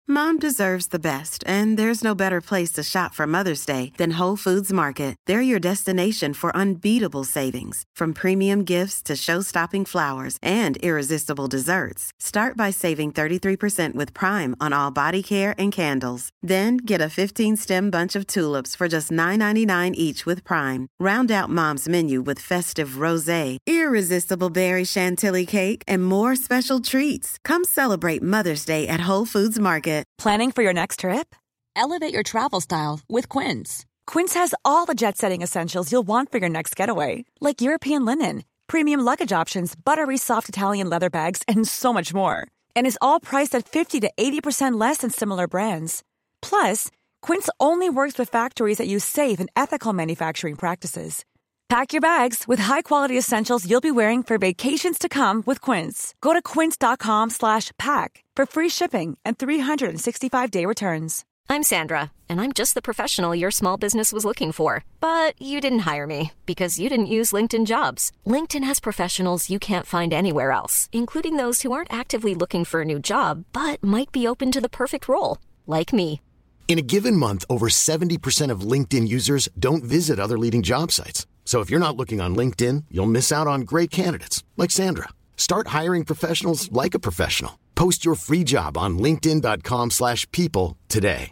Mom deserves the best, and there's no better place to shop for Mother's Day than Whole Foods Market. They're your destination for unbeatable savings, from premium gifts to show-stopping flowers and irresistible desserts. Start by saving 33% with Prime on all body care and candles. Then get a 15-stem bunch of tulips for just $9.99 each with Prime. Round out Mom's menu with festive rosé, irresistible berry chantilly cake, and more special treats. Come celebrate Mother's Day at Whole Foods Market. Planning for your next trip? Elevate your travel style with Quince. Quince has all the jet-setting essentials you'll want for your next getaway, like European linen, premium luggage options, buttery soft Italian leather bags, and so much more. And is all priced at 50 to 80% less than similar brands. Plus, Quince only works with factories that use safe and ethical manufacturing practices. Pack your bags with high-quality essentials you'll be wearing for vacations to come with Quince. Go to quince.com/pack for free shipping and 365-day returns. I'm Sandra, and I'm just the professional your small business was looking for. But you didn't hire me because you didn't use LinkedIn Jobs. LinkedIn has professionals you can't find anywhere else, including those who aren't actively looking for a new job, but might be open to the perfect role, like me. In a given month, over 70% of LinkedIn users don't visit other leading job sites. So if you're not looking on LinkedIn, you'll miss out on great candidates like Sandra. Start hiring professionals like a professional. Post your free job on linkedin.com/people today.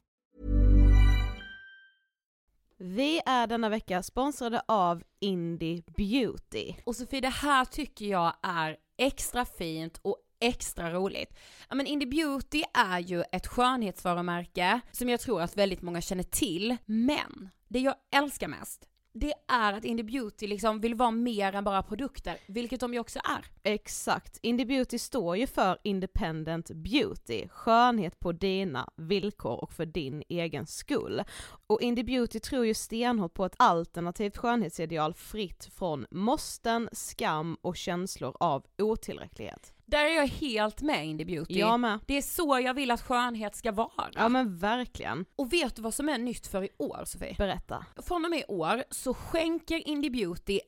Vi är denna vecka sponsrade av Indie Beauty. Och Sofie, det här tycker jag är extra fint och extra roligt. Ja, men Indie Beauty är ju ett skönhetsvarumärke som jag tror att väldigt många känner till. Men det jag älskar mest, det är att Indie Beauty liksom vill vara mer än bara produkter, vilket de ju också är. Exakt. Indie Beauty står ju för Independent Beauty, skönhet på dina villkor och för din egen skull. Och Indie Beauty tror ju stenhårt på ett alternativt skönhetsideal fritt från måsten, skam och känslor av otillräcklighet. Där är jag helt med Indie Beauty. Jag med. Det är så jag vill att skönhet ska vara. Ja men verkligen. Och vet du vad som är nytt för i år, Sofie? Berätta. Från och med i år så skänker Indie Beauty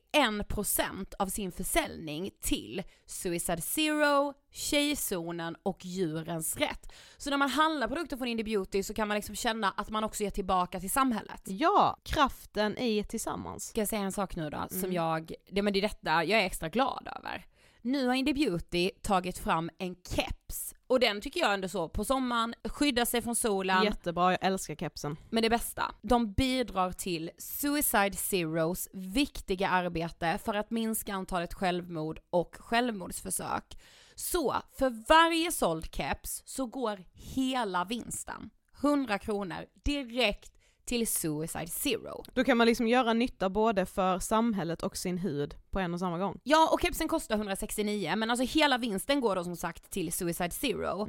1% av sin försäljning till Suicide Zero, Tjejzonen och Djurens Rätt. Så när man handlar produkter från Indie Beauty så kan man liksom känna att man också ger tillbaka till samhället. Ja, kraften i tillsammans. Ska jag säga en sak nu då som det är detta jag är extra glad över. Nu har Indie Beauty tagit fram en keps. Och den tycker jag ändå så på sommaren, skydda sig från solen. Jättebra, jag älskar kepsen. Men det bästa, de bidrar till Suicide Zeros viktiga arbete för att minska antalet självmord och självmordsförsök. Så för varje såld keps så går hela vinsten, 100 kronor, direkt till Suicide Zero. Då kan man liksom göra nytta både för samhället och sin hud på en och samma gång. Ja, och kepsen kostar 169, men alltså hela vinsten går då som sagt till Suicide Zero.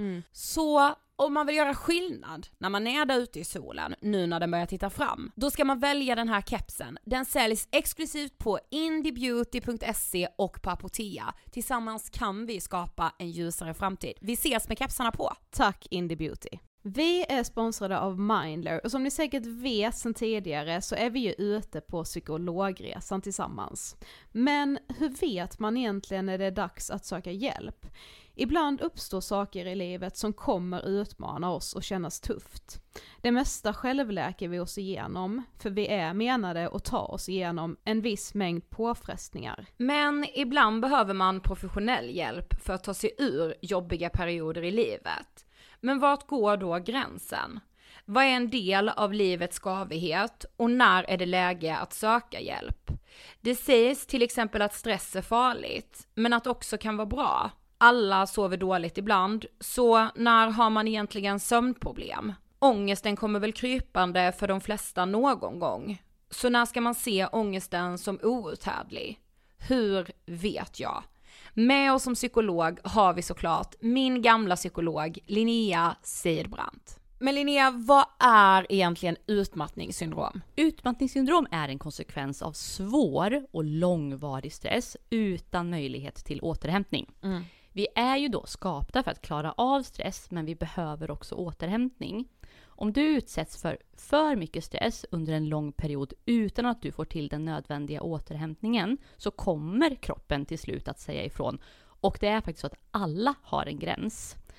Så om man vill göra skillnad när man är där ute i solen, nu när den börjar titta fram, då ska man välja den här kepsen. Den säljs exklusivt på indiebeauty.se och på Apotea. Tillsammans kan vi skapa en ljusare framtid. Vi ses med kepsarna på. Tack Indie Beauty. Vi är sponsrade av Mindler och som ni säkert vet sedan tidigare så är vi ju ute på psykologresan tillsammans. Men hur vet man egentligen när det är dags att söka hjälp? Ibland uppstår saker i livet som kommer utmana oss och kännas tufft. Det mesta självläker vi oss igenom, för vi är menade att ta oss igenom en viss mängd påfrestningar. Men ibland behöver man professionell hjälp för att ta sig ur jobbiga perioder i livet. Men vart går då gränsen? Vad är en del av livets skavighet och när är det läge att söka hjälp? Det sägs till exempel att stress är farligt, men att också kan vara bra. Alla sover dåligt ibland, så när har man egentligen sömnproblem? Ångesten kommer väl krypande för de flesta någon gång. Så när ska man se ångesten som outhärdlig? Hur vet jag? Med oss som psykolog har vi såklart min gamla psykolog Linnea Seidbrant. Men Linnea, vad är egentligen utmattningssyndrom? Utmattningssyndrom är en konsekvens av svår och långvarig stress utan möjlighet till återhämtning. Vi är ju då skapta för att klara av stress, men vi behöver också återhämtning. Om du utsätts för mycket stress under en lång period utan att du får till den nödvändiga återhämtningen, så kommer kroppen till slut att säga ifrån. Och det är faktiskt så att alla har en gräns.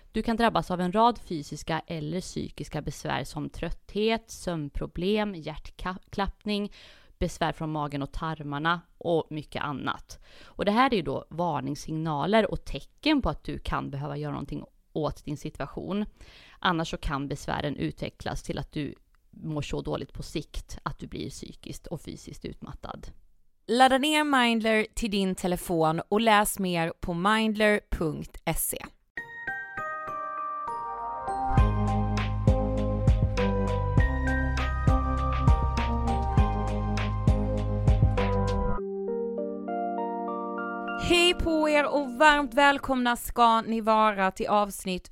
Du kan drabbas av en rad fysiska eller psykiska besvär som trötthet, sömnproblem, hjärtklappning, besvär från magen och tarmarna och mycket annat. Och det här är ju då varningssignaler och tecken på att du kan behöva göra någonting åt din situation. Annars så kan besvären utvecklas till att du mår så dåligt på sikt att du blir psykiskt och fysiskt utmattad. Ladda ner Mindler till din telefon och läs mer på mindler.se. Hej på er och varmt välkomna ska ni vara till avsnitt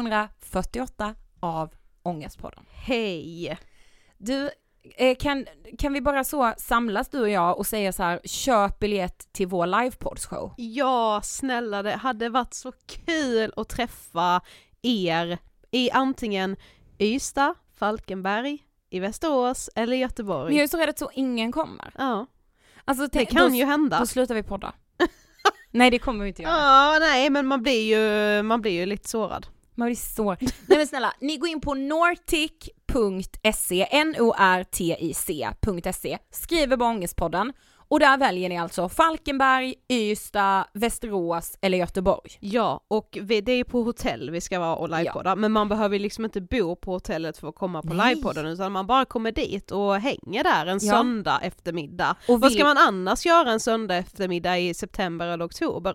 448 av Ångestpodden. Hej! Du, kan vi bara så samlas du och jag och säga så här: köp biljett till vår livepoddshow? Ja, snälla, det hade varit så kul att träffa er i antingen Ystad, Falkenberg, i Västerås eller Göteborg. Men jag är så rädd att så ingen kommer. Ja. Alltså, det kan ju hända. Då slutar vi podda. Nej, det kommer vi inte göra. Ja, nej, men man blir ju lite sårad. Man blir så. Nej men snälla, ni går in på nortic.se, nortic.se, skriver på Ångestpodden och där väljer ni alltså Falkenberg, Ystad, Västerås eller Göteborg. Ja, och det är på hotell vi ska vara och livepodda, men man behöver liksom inte bo på hotellet för att komma på livepodden, utan man bara kommer dit och hänger där en söndag eftermiddag. Och vad ska man annars göra en söndag eftermiddag i september eller oktober?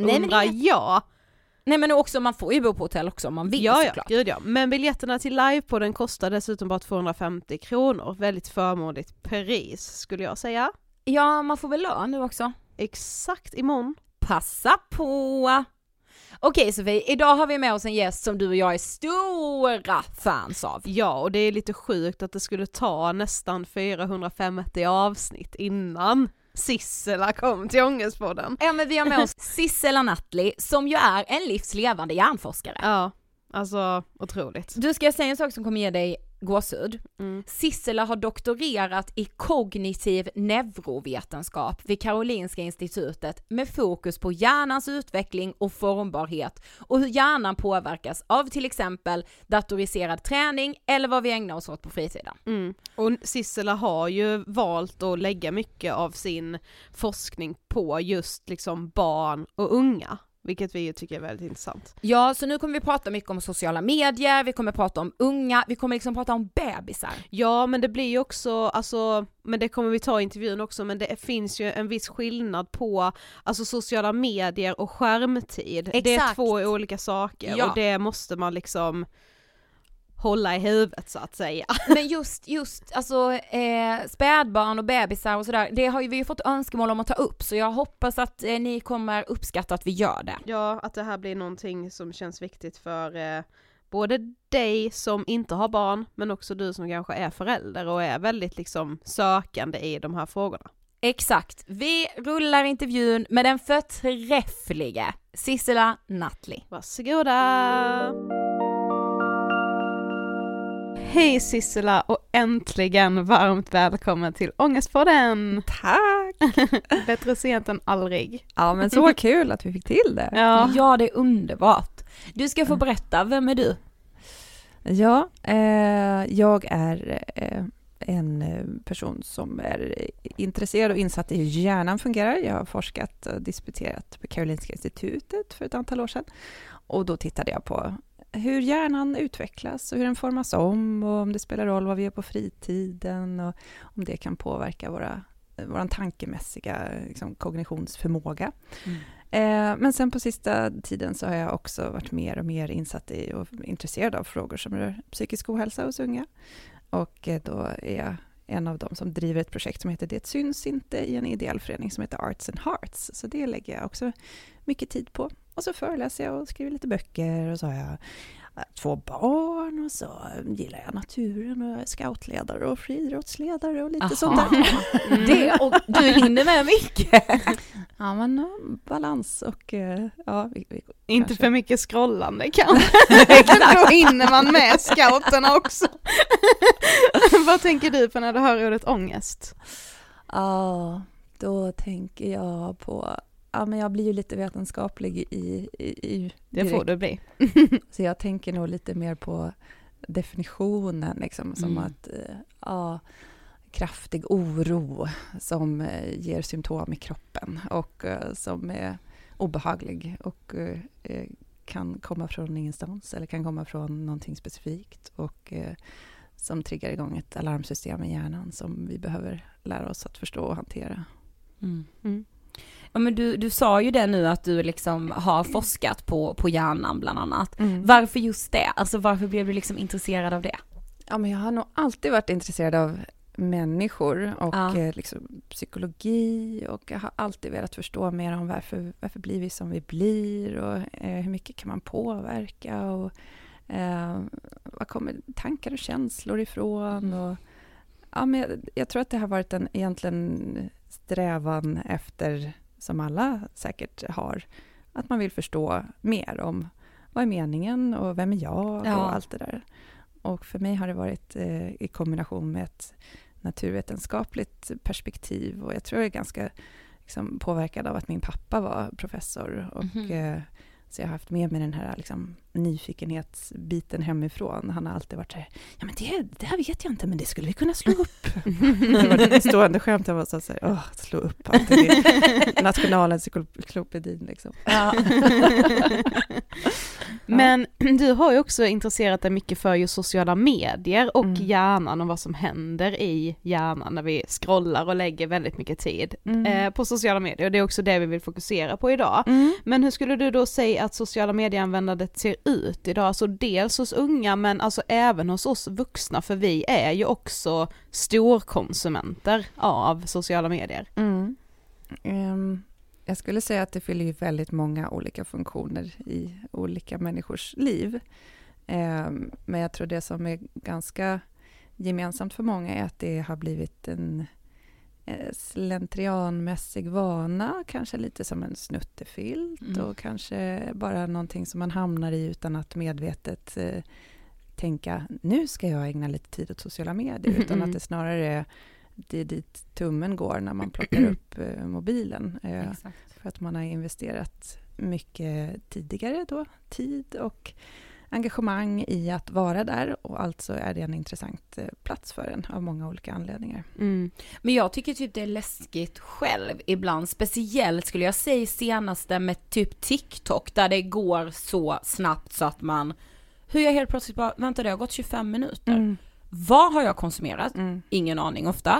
Nej men också, man får ju bo på hotell också om man vill, såklart. Ja. Men biljetterna till livepodden kostar dessutom bara 250 kronor. Väldigt förmånligt pris skulle jag säga. Ja, man får väl lön nu också. Exakt, imorgon. Passa på! Okej Sofie, idag har vi med oss en gäst som du och jag är stora fans av. Ja, och det är lite sjukt att det skulle ta nästan 450 avsnitt innan Sissela kom till Ångestpodden. Ja, men vi har med oss Sissela Nattli som ju är en livslevande hjärnforskare. Ja, alltså otroligt. Du, ska säga en sak som kommer ge dig gåshud. Sissela har doktorerat i kognitiv neurovetenskap vid Karolinska institutet med fokus på hjärnans utveckling och formbarhet och hur hjärnan påverkas av till exempel datoriserad träning eller vad vi ägnar oss åt på fritiden. Och Sissela har ju valt att lägga mycket av sin forskning på just liksom barn och unga. Vilket vi ju tycker är väldigt intressant. Ja, så nu kommer vi prata mycket om sociala medier, vi kommer prata om unga, vi kommer liksom prata om bebisar. Ja, men det blir ju också, alltså, men det kommer vi ta i intervjun också, men det finns ju en viss skillnad på alltså sociala medier och skärmtid. Exakt. Det är två olika saker och det måste man liksom hålla i huvudet så att säga. Men just alltså spädbarn och bebisar och sådär, det har ju vi ju fått önskemål om att ta upp, så jag hoppas att ni kommer uppskatta att vi gör det. Ja, att det här blir någonting som känns viktigt för både dig som inte har barn, men också du som kanske är förälder och är väldigt liksom sökande i de här frågorna. Exakt. Vi rullar intervjun med den förträffliga Sissela Nattli. Varsågoda! Hej Sissela och äntligen varmt välkommen till Ångestpodden. Tack! Bättre sent än aldrig. Ja, men så kul att vi fick till det. Ja, det är underbart. Du ska få berätta, vem är du? Ja, jag är en person som är intresserad och insatt i hur hjärnan fungerar. Jag har forskat och disputerat på Karolinska institutet för ett antal år sedan. Och då tittade jag på hur hjärnan utvecklas och hur den formas om och om det spelar roll vad vi gör på fritiden och om det kan påverka vår tankemässiga liksom, kognitionsförmåga. Men sen på sista tiden så har jag också varit mer och mer insatt i och intresserad av frågor som rör psykisk ohälsa hos unga. Och då är jag en av dem som driver ett projekt som heter Det syns inte i en ideell förening som heter Arts and Hearts. Så det lägger jag också mycket tid på. Och så föreläser jag och skriver lite böcker och så har jag 2 barn och så gillar jag naturen och jag är scoutledare och friidrottsledare och lite sånt där. Det, och du hinner med mycket. Ja, men balans och ja, inte kanske. för mycket scrollande kanske. Då hinner man med scouterna också. Vad tänker du på när du hör ordet ångest? Ja, då tänker jag på men jag blir ju lite vetenskaplig i det får du bli. Så jag tänker nog lite mer på definitionen liksom, som att kraftig oro som ger symptom i kroppen och som är obehaglig och kan komma från ingenstans eller kan komma från någonting specifikt och som triggar igång ett alarmsystem i hjärnan som vi behöver lära oss att förstå och hantera. Ja, men du sa ju det nu att du liksom har forskat på hjärnan bland annat. Varför just det? Alltså varför blev du liksom intresserad av det? Ja, men jag har nog alltid varit intresserad av människor och liksom psykologi, och jag har alltid velat förstå mer om varför blir vi som vi blir och hur mycket kan man påverka och vad kommer tankar och känslor ifrån och men jag tror att det har varit en egentligen strävan efter, som alla säkert har, att man vill förstå mer om vad är meningen och vem är jag och allt det där. Och för mig har det varit i kombination med ett naturvetenskapligt perspektiv, och jag tror jag är ganska liksom, påverkad av att min pappa var professor och så jag har haft med mig den här liksom, nyfikenhetsbiten hemifrån. Han har alltid varit så här, ja men det här vet jag inte, men det skulle vi kunna slå upp. Det var ett stående skämt, jag var så här, slå upp allt det. Nationalencyklopedin liksom. Ja. Men du har ju också intresserat dig mycket för just sociala medier och hjärnan och vad som händer i hjärnan när vi scrollar och lägger väldigt mycket tid på sociala medier. Och det är också det vi vill fokusera på idag. Men hur skulle du då säga att sociala medieanvändandet ser ut idag? Alltså dels hos unga men alltså även hos oss vuxna, för vi är ju också storkonsumenter av sociala medier. Jag skulle säga att det fyller ju väldigt många olika funktioner i olika människors liv. Men jag tror det som är ganska gemensamt för många är att det har blivit en slentrianmässig vana, kanske lite som en snuttefilt och kanske bara någonting som man hamnar i utan att medvetet tänka, nu ska jag ägna lite tid åt sociala medier, utan att det snarare är det dit tummen går när man plockar upp mobilen. För att man har investerat mycket tidigare då, tid och engagemang i att vara där, och alltså är det en intressant plats för en av många olika anledningar. Men jag tycker typ det är läskigt själv ibland, speciellt skulle jag säga senaste med typ TikTok, där det går så snabbt så att man, hur jag helt plötsligt bara, vänta, det har gått 25 minuter. Vad har jag konsumerat? Ingen aning ofta.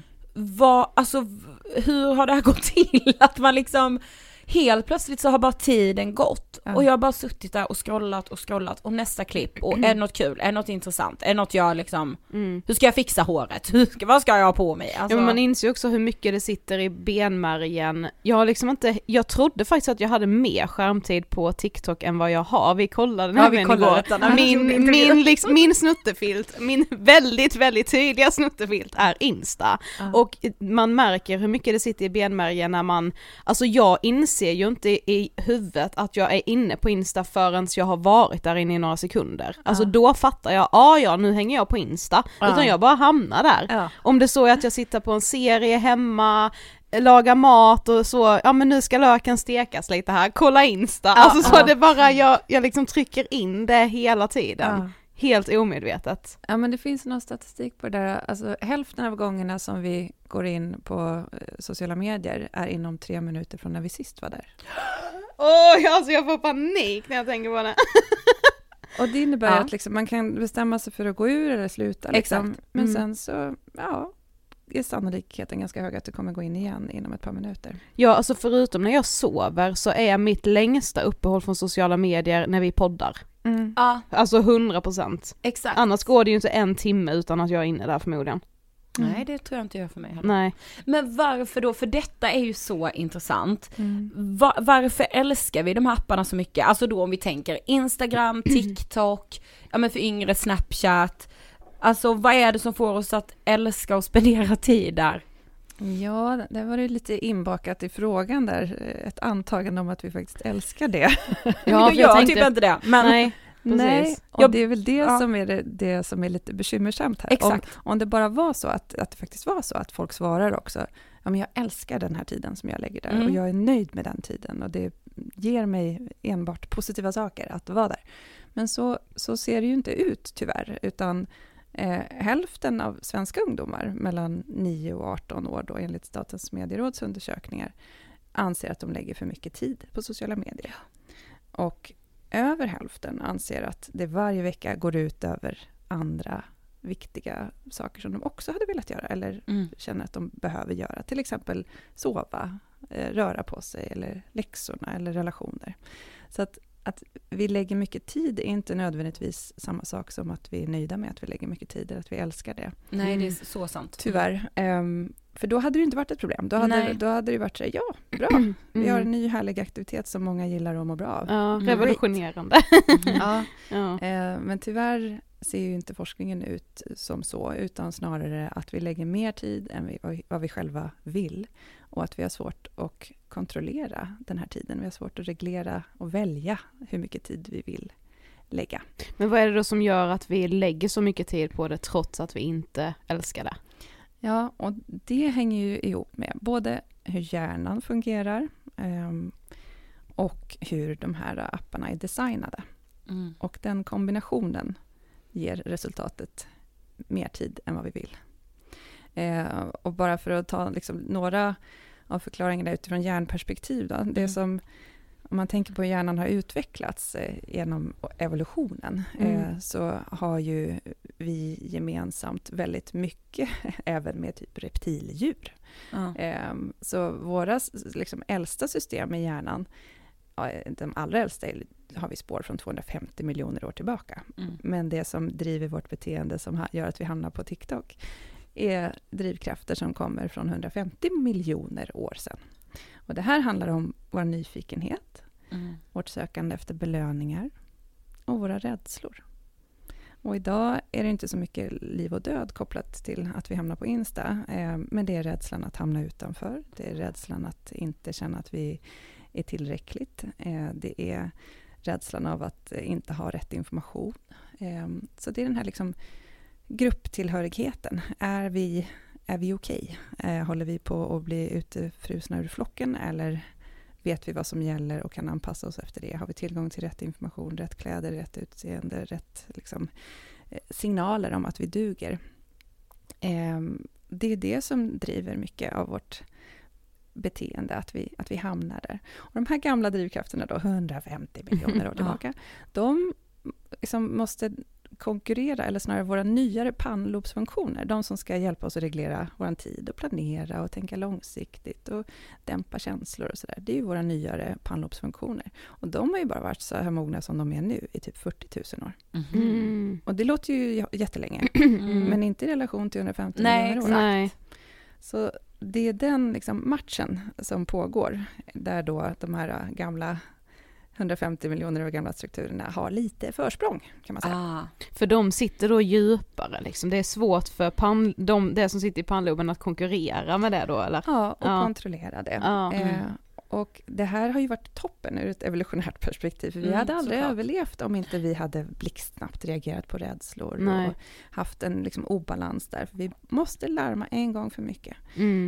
Hur har det här gått till? Att man liksom helt plötsligt så har bara tiden gått. Och jag har bara suttit där och scrollat och nästa klipp. Och är det något kul? Är det något intressant? Är det något jag liksom, hur ska jag fixa håret? Vad ska jag ha på mig? Alltså... Ja, men man inser ju också hur mycket det sitter i benmärgen. Jag trodde faktiskt att jag hade mer skärmtid på TikTok än vad jag har. Vi kollade nämligen igår. Min snuttefilt, min väldigt, väldigt tydliga snuttefilt är Insta. Och man märker hur mycket det sitter i benmärgen när man, alltså jag inser ju inte i huvudet att jag är inne på Insta förrän jag har varit där inne i några sekunder. Alltså då fattar jag, nu hänger jag på Insta. Utan jag bara hamnar där. Om det så är att jag sitter på en serie hemma, lagar mat och så, ja men nu ska löken stekas lite här, kolla Insta. Alltså så är det bara, jag liksom trycker in det hela tiden. Helt omedvetet. Ja, men det finns någon statistik på det där. Alltså, hälften av gångerna som vi går in på sociala medier är inom 3 minuter från när vi sist var där. Alltså jag får panik när jag tänker på det. Och det innebär att liksom, man kan bestämma sig för att gå ur eller sluta. Liksom. Men sen så, är sannolikheten ganska hög att du kommer gå in igen inom ett par minuter. Ja, alltså förutom när jag sover så är mitt längsta uppehåll från sociala medier när vi poddar. Alltså 100%. Exakt. Annars går det ju inte 1 timme utan att jag är inne där förmodligen. Nej, det tror jag inte gör för mig heller. Nej. Men varför då? För detta är ju så intressant. Varför älskar vi de här apparna så mycket? Alltså då om vi tänker Instagram, TikTok, ja men för yngre Snapchat. Alltså vad är det som får oss att älska och spendera tid där? Ja, det var ju lite inbakat i frågan där. Ett antagande om att vi faktiskt älskar det. Ja, jag typ inte det. Men... Nej, och det är väl det som är det som är lite bekymmersamt här. Exakt. Om det bara var så att det faktiskt var så att folk svarar också, men jag älskar den här tiden som jag lägger där och jag är nöjd med den tiden och det ger mig enbart positiva saker att vara där. Men så ser det ju inte ut tyvärr, utan hälften av svenska ungdomar mellan 9 och 18 år då, enligt Statens medieråds undersökningar, anser att de lägger för mycket tid på sociala medier. Och över hälften anser att det varje vecka går ut över andra viktiga saker som de också hade velat göra eller känner att de behöver göra. Till exempel sova, röra på sig eller läxorna eller relationer. Så att vi lägger mycket tid är inte nödvändigtvis samma sak som att vi är nöjda med att vi lägger mycket tid eller att vi älskar det. Nej, det är så sant. Tyvärr. För då hade det inte varit ett problem. Då hade det varit så här, ja, bra. Vi har en ny härlig aktivitet som många gillar och mår bra av. Ja, revolutionerande. Ja. Men tyvärr ser ju inte forskningen ut som så, utan snarare att vi lägger mer tid än vad vi själva vill. Och att vi har svårt att kontrollera den här tiden. Vi har svårt att reglera och välja hur mycket tid vi vill lägga. Men vad är det då som gör att vi lägger så mycket tid på det trots att vi inte älskar det? Ja, och det hänger ju ihop med både hur hjärnan fungerar och hur de här apparna är designade. Och den kombinationen ger resultatet mer tid än vad vi vill. Och bara för att ta liksom några av förklaringarna utifrån hjärnperspektiv då, det som, om man tänker på hur hjärnan har utvecklats genom evolutionen, så har ju vi gemensamt väldigt mycket även med typ reptildjur. Så våra liksom äldsta system i hjärnan, de allra äldsta har vi spår från 250 miljoner år tillbaka. Men det som driver vårt beteende som gör att vi hamnar på TikTok är drivkrafter som kommer från 150 miljoner år sedan. Och det här handlar om vår nyfikenhet, vårt sökande efter belöningar och våra rädslor. Och idag är det inte så mycket liv och död kopplat till att vi hamnar på Insta, men det är rädslan att hamna utanför. Det är rädslan att inte känna att vi är tillräckligt. Det är rädslan av att inte ha rätt information. Så det är den här liksom grupptillhörigheten. Är vi okej? Håller vi på att bli utfrusna ur flocken eller vet vi vad som gäller och kan anpassa oss efter det? Har vi tillgång till rätt information, rätt kläder, rätt utseende, rätt liksom, signaler om att vi duger? Det är det som driver mycket av vårt beteende, att vi hamnar där. Och de här gamla drivkrafterna då, 150 miljoner år tillbaka, de liksom måste konkurrera, eller snarare våra nyare pannlobsfunktioner, de som ska hjälpa oss att reglera vår tid och planera och tänka långsiktigt och dämpa känslor och sådär. Det är ju våra nyare pannlobsfunktioner. Och de har ju bara varit så här mogna som de är nu i typ 40 000 år. Och det låter ju jättelänge, men inte i relation till 150 miljoner år. Nej. Så det är den liksom matchen som pågår, där då de här gamla 150 miljoner år gamla strukturerna har lite försprång, kan man säga. För de sitter då djupare liksom. Det är svårt för det som sitter i pannloben att konkurrera med det då, eller? Ja, och kontrollera det. Och det här har ju varit toppen ur ett evolutionärt perspektiv. För vi hade aldrig överlevt om inte vi hade blixtsnabbt reagerat på rädslor och haft en liksom obalans där. För vi måste larma en gång för mycket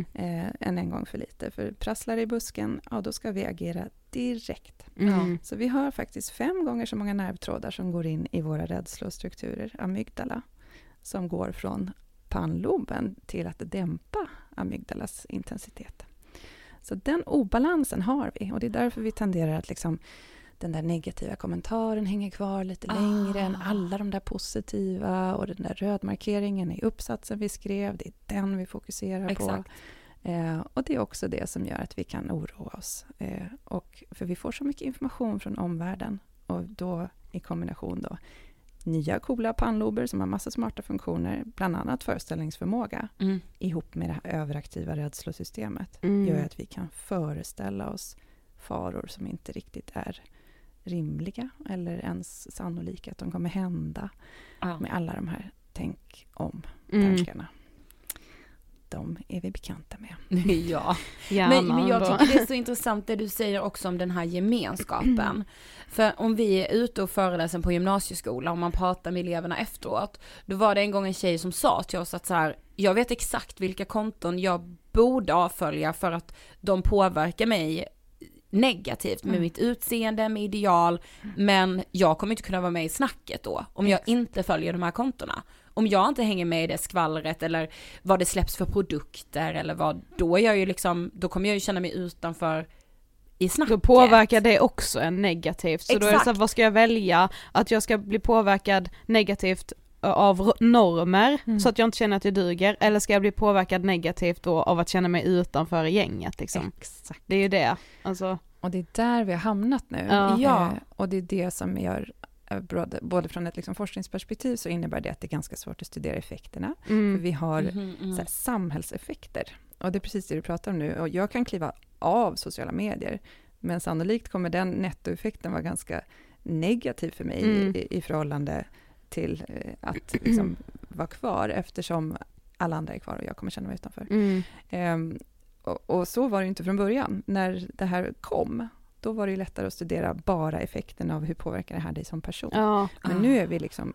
än en gång för lite. För prasslar i busken, då ska vi agera direkt. Så vi har faktiskt 5 gånger så många nervtrådar som går in i våra rädslostrukturer, amygdala, som går från pannloben till att dämpa amygdalas intensitet. Så den obalansen har vi, och det är därför vi tenderar att liksom, den där negativa kommentaren hänger kvar lite längre än alla de där positiva, och den där rödmarkeringen i uppsatsen vi skrev, det är den vi fokuserar på. Och det är också det som gör att vi kan oroa oss. För vi får så mycket information från omvärlden, och då i kombination då nya coola pannlober som har massa smarta funktioner, bland annat föreställningsförmåga, ihop med det här överaktiva rädslosystemet, gör att vi kan föreställa oss faror som inte riktigt är rimliga eller ens sannolika att de kommer hända, med alla de här tänk om tankarna. de är vi bekanta med. Ja, Gärna men jag då. tycker det är så intressant det du säger också om den här gemenskapen. För om vi är ute och föreläser på gymnasieskola och man pratar med eleverna efteråt, då var det en gång en tjej som sa till oss att så här, jag vet exakt vilka konton jag borde avfölja för att de påverkar mig negativt med mitt utseende, med ideal, men jag kommer inte kunna vara med i snacket då om jag inte följer de här kontona. Om jag inte hänger med i det skvallret eller vad det släpps för produkter eller vad, då är jag ju liksom, då kommer jag ju känna mig utanför i snacket. Då påverkar det också en negativt. Så Exakt. då är det så här, vad ska jag välja? Att jag ska bli påverkad negativt av normer så att jag inte känner att jag duger, eller ska jag bli påverkad negativt då av att känna mig utanför gänget liksom. Exakt. Det är ju det. Alltså. Och det är där vi har hamnat nu. Ja. Och det är det som gör, både från ett liksom forskningsperspektiv så innebär det att det är ganska svårt att studera effekterna. För vi har så här, samhällseffekter. Och det är precis det du pratar om nu. Och jag kan kliva av sociala medier, men sannolikt kommer den nettoeffekten vara ganska negativ för mig i förhållande till att liksom vara kvar, eftersom alla andra är kvar och jag kommer känna mig utanför. Och så var det inte från början. När det här kom, då var det ju lättare att studera bara effekten av hur påverkar det här dig som person. Ja. Men nu är vi liksom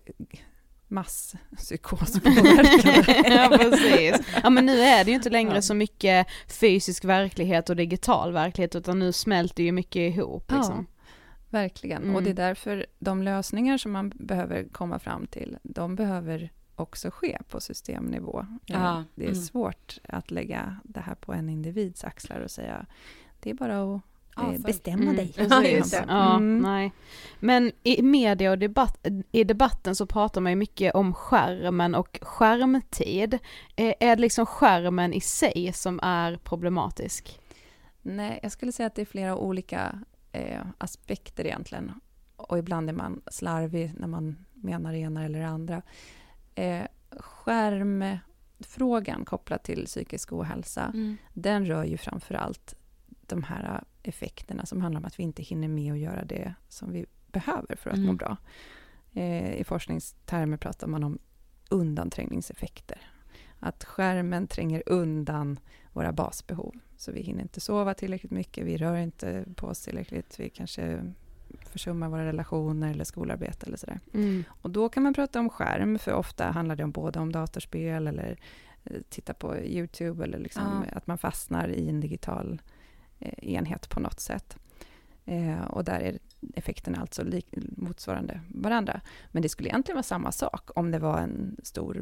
masspsykospåverkade. Ja, precis. Ja, men nu är det ju inte längre så mycket fysisk verklighet och digital verklighet, utan nu smälter ju mycket ihop. Liksom. Ja, verkligen. Och det är därför de lösningar som man behöver komma fram till, de behöver också ske på systemnivå. Det är svårt att lägga det här på en individs axlar och säga, det är bara att bestämma dig. Nej. Men i media och i debatten så pratar man ju mycket om skärmen och skärmtid. Är det liksom skärmen i sig som är problematisk? Nej, jag skulle säga att det är flera olika aspekter egentligen. Och ibland är man slarvig när man menar det ena eller det andra. Skärmfrågan kopplat till psykisk ohälsa, den rör ju framförallt de här effekterna som handlar om att vi inte hinner med att göra det som vi behöver för att må bra. I forskningstermer pratar man om undanträngningseffekter. Att skärmen tränger undan våra basbehov. Så vi hinner inte sova tillräckligt mycket, vi rör inte på oss tillräckligt, vi kanske försummar våra relationer eller skolarbete eller sådär. Och då kan man prata om skärm, för ofta handlar det om både om datorspel eller titta på YouTube eller liksom att man fastnar i en digital enhet på något sätt. Och där är effekterna alltså motsvarande varandra. Men det skulle egentligen vara samma sak om det var en stor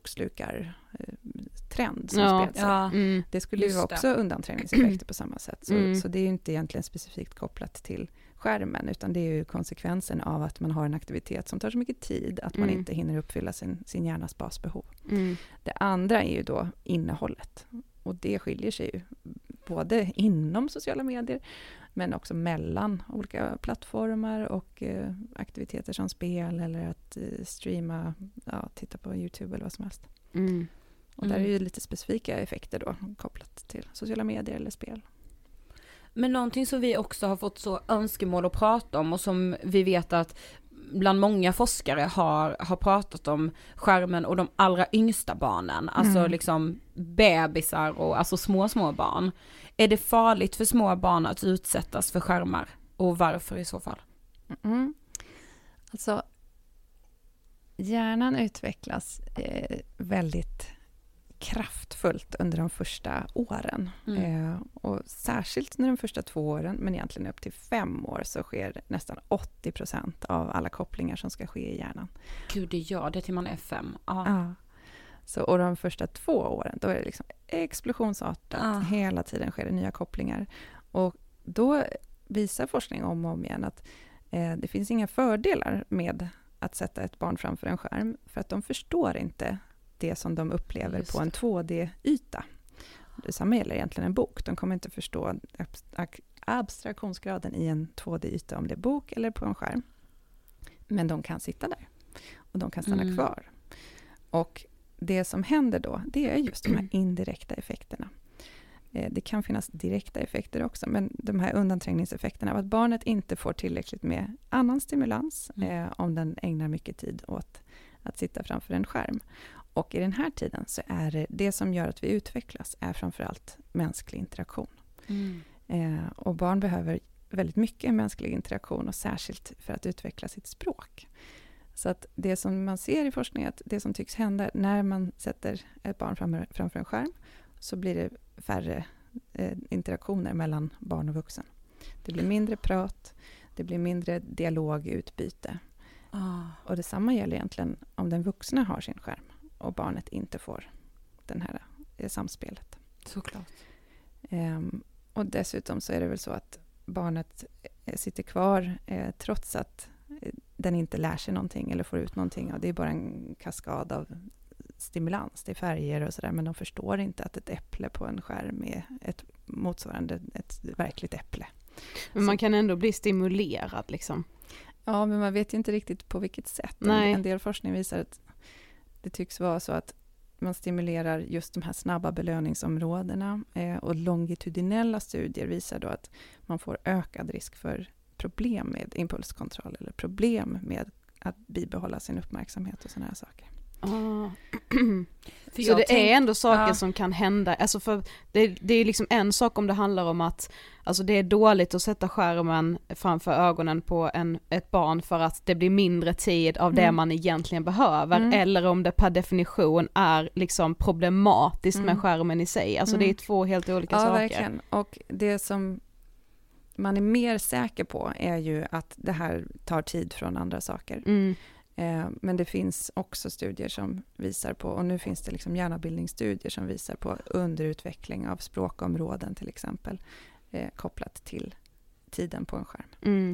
bokslukar-trend som spred sig. Det skulle ju också undanträngningseffekter på samma sätt. Så det är ju inte egentligen specifikt kopplat till skärmen, utan det är ju konsekvensen av att man har en aktivitet som tar så mycket tid att man inte hinner uppfylla sin hjärnas basbehov. Det andra är ju då innehållet. Och det skiljer sig ju både inom sociala medier men också mellan olika plattformar och aktiviteter som spel eller att streama, titta på YouTube eller vad som helst. Och där är ju lite specifika effekter då kopplat till sociala medier eller spel. Men någonting som vi också har fått så önskemål att prata om och som vi vet att bland många forskare har pratat om skärmen och de allra yngsta barnen, alltså liksom bebisar och alltså små barn. Är det farligt för små barn att utsättas för skärmar och varför i så fall? Alltså hjärnan utvecklas väldigt kraftfullt under de första åren. Och särskilt under de första 2 åren, men egentligen upp till 5 år så sker nästan 80% av alla kopplingar som ska ske i hjärnan. Gud, det gör det till man är 5. Så, och de första 2 åren, då är det liksom explosionsartat. Hela tiden sker det nya kopplingar. Och då visar forskning om och om igen att det finns inga fördelar med att sätta ett barn framför en skärm, för att de förstår inte det som de upplever på en 2D-yta. Detsamma gäller egentligen en bok. De kommer inte förstå abstraktionsgraden i en 2D-yta om det är bok eller på en skärm. Men de kan sitta där. Och de kan stanna kvar. Och det som händer då, det är just de här indirekta effekterna. Det kan finnas direkta effekter också, men de här undanträngningseffekterna av att barnet inte får tillräckligt med annan stimulans om den ägnar mycket tid åt att sitta framför en skärm. Och i den här tiden så är det som gör att vi utvecklas är framförallt mänsklig interaktion. Och barn behöver väldigt mycket mänsklig interaktion och särskilt för att utveckla sitt språk. Så att det som man ser i forskningen, att det som tycks hända när man sätter ett barn framför en skärm, så blir det färre interaktioner mellan barn och vuxen. Det blir mindre prat, det blir mindre dialogutbyte. Och detsamma gäller egentligen om den vuxna har sin skärm och barnet inte får den här samspelet. Såklart. Och dessutom så är det väl så att barnet sitter kvar trots att den inte lär sig någonting eller får ut någonting. Och det är bara en kaskad av stimulans. Det är färger och sådär, men de förstår inte att ett äpple på en skärm är ett verkligt äpple. Men man kan ändå bli stimulerad liksom. Ja, men man vet ju inte riktigt på vilket sätt. Nej. En del forskning visar att det tycks vara så att man stimulerar just de här snabba belöningsområdena, och longitudinella studier visar då att man får ökad risk för problem med impulskontroll eller problem med att bibehålla sin uppmärksamhet och såna här saker. Så det är ändå saker som kan hända. Alltså för det är liksom en sak om det handlar om att alltså det är dåligt att sätta skärmen framför ögonen på ett barn för att det blir mindre tid av det man egentligen behöver, eller om det per definition är liksom problematiskt med skärmen i sig. Alltså det är två helt olika saker. Ja, verkligen. Och det som man är mer säker på är ju att det här tar tid från andra saker. Men det finns också studier som visar på, och nu finns det liksom hjärnbildningsstudier som visar på underutveckling av språkområden till exempel, kopplat till tiden på en skärm.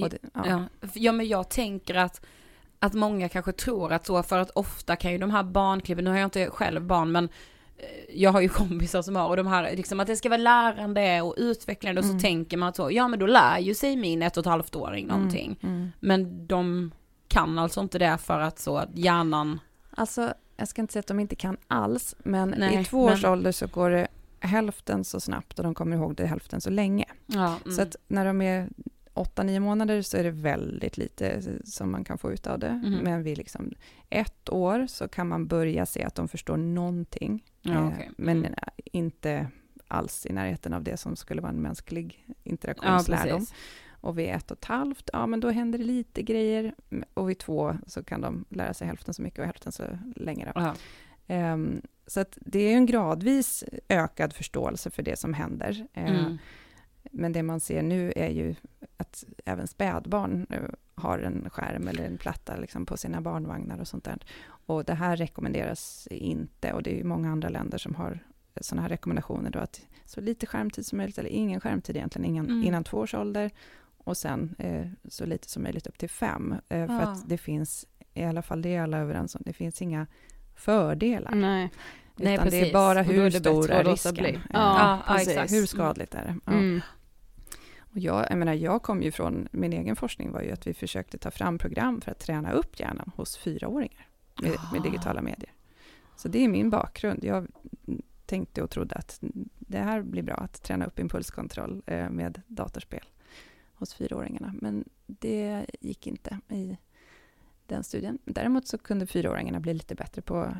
Men jag tänker att många kanske tror att så, för att ofta kan ju de här barnklippen, nu har jag inte själv barn, men jag har ju kompisar som har, och de här liksom att det ska vara lärande och utvecklande, och så tänker man att så, ja men då lär ju sig min 1,5-åring någonting. Men de kan alltså inte det för att så att hjärnan... Alltså, jag ska inte säga att de inte kan alls, men i 2 års ålder så går det hälften så snabbt och de kommer ihåg det hälften så länge. Så att när de är 8-9 månader så är det väldigt lite som man kan få ut av det. Men vid liksom 1 år så kan man börja se att de förstår någonting. Men inte alls i närheten av det som skulle vara en mänsklig interaktionslärdom. Och vid 1,5, men då händer det lite grejer. Och vid 2 så kan de lära sig hälften så mycket och hälften så länge. Så att det är en gradvis ökad förståelse för det som händer. Men det man ser nu är ju att även spädbarn har en skärm eller en platta liksom på sina barnvagnar och sånt där. Och det här rekommenderas inte, och det är ju många andra länder som har sådana här rekommendationer då, att så lite skärmtid som möjligt, eller ingen skärmtid egentligen innan 2 års ålder, och sen så lite som möjligt upp till 5. För att det finns, i alla fall det är alla överens om, det finns inga fördelar. Nej, utan det är bara hur stor är risken. Exakt. Hur skadligt är det? Och jag kom ju från min egen forskning, var ju att vi försökte ta fram program för att träna upp hjärnan hos 4-åringar med digitala medier. Så det är min bakgrund. Jag tänkte och trodde att det här blir bra att träna upp impulskontroll med datorspel hos 4-åringarna. Men det gick inte i den studien. Däremot så kunde 4-åringarna bli lite bättre på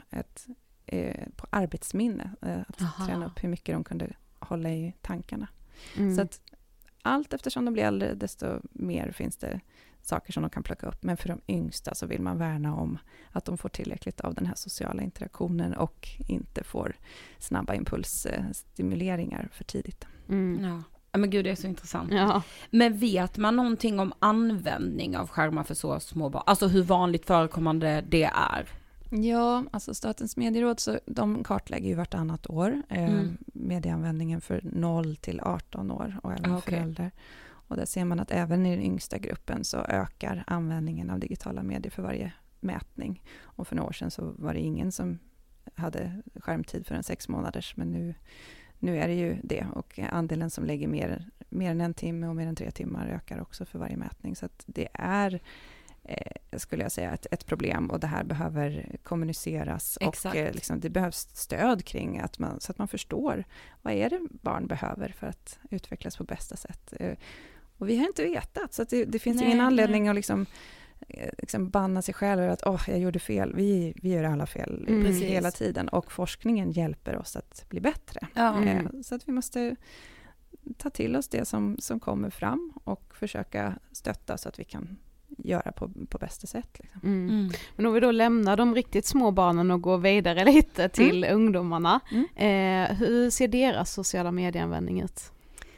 arbetsminne. Att träna upp hur mycket de kunde hålla i tankarna. Så att allt eftersom de blir äldre, desto mer finns det saker som de kan plocka upp. Men för de yngsta så vill man värna om att de får tillräckligt av den här sociala interaktionen och inte får snabba impulsstimuleringar för tidigt. Ja, men gud, det är så intressant. Men vet man någonting om användning av skärmar för så små barn? Alltså hur vanligt förekommande det är? Ja, alltså Statens medieråd, så de kartlägger ju vartannat år medieanvändningen för 0 till 18 år och även föräldrar. Och där ser man att även i den yngsta gruppen så ökar användningen av digitala medier för varje mätning. Och för några år sedan så var det ingen som hade skärmtid för en 6 månaders, men nu är det ju det. Och andelen som lägger mer än 1 timme och mer än 3 timmar ökar också för varje mätning. Så att det är, skulle jag säga, ett problem, och det här behöver kommuniceras. Exakt. Och liksom, det behövs stöd kring så att man förstår vad är det barn behöver för att utvecklas på bästa sätt. Och vi har inte vetat, så att det finns ingen anledning att liksom liksom banna sig själv att jag gjorde fel. Vi gör alla fel hela tiden. Och forskningen hjälper oss att bli bättre. Så att vi måste ta till oss det som kommer fram och försöka stötta så att vi kan göra på bästa sätt. Liksom. Men om vi då lämnar de riktigt små barnen och går vidare lite till ungdomarna. Hur ser deras sociala medieanvändning ut?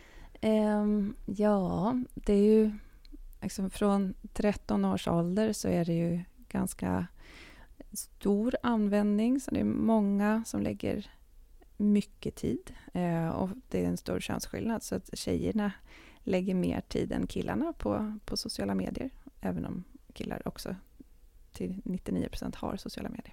Det är ju liksom från 13 års ålder så är det ju ganska stor användning. Så det är många som lägger mycket tid. Och det är en stor könsskillnad. Så att tjejerna lägger mer tid än killarna på sociala medier. Även om killar också till 99% har sociala medier.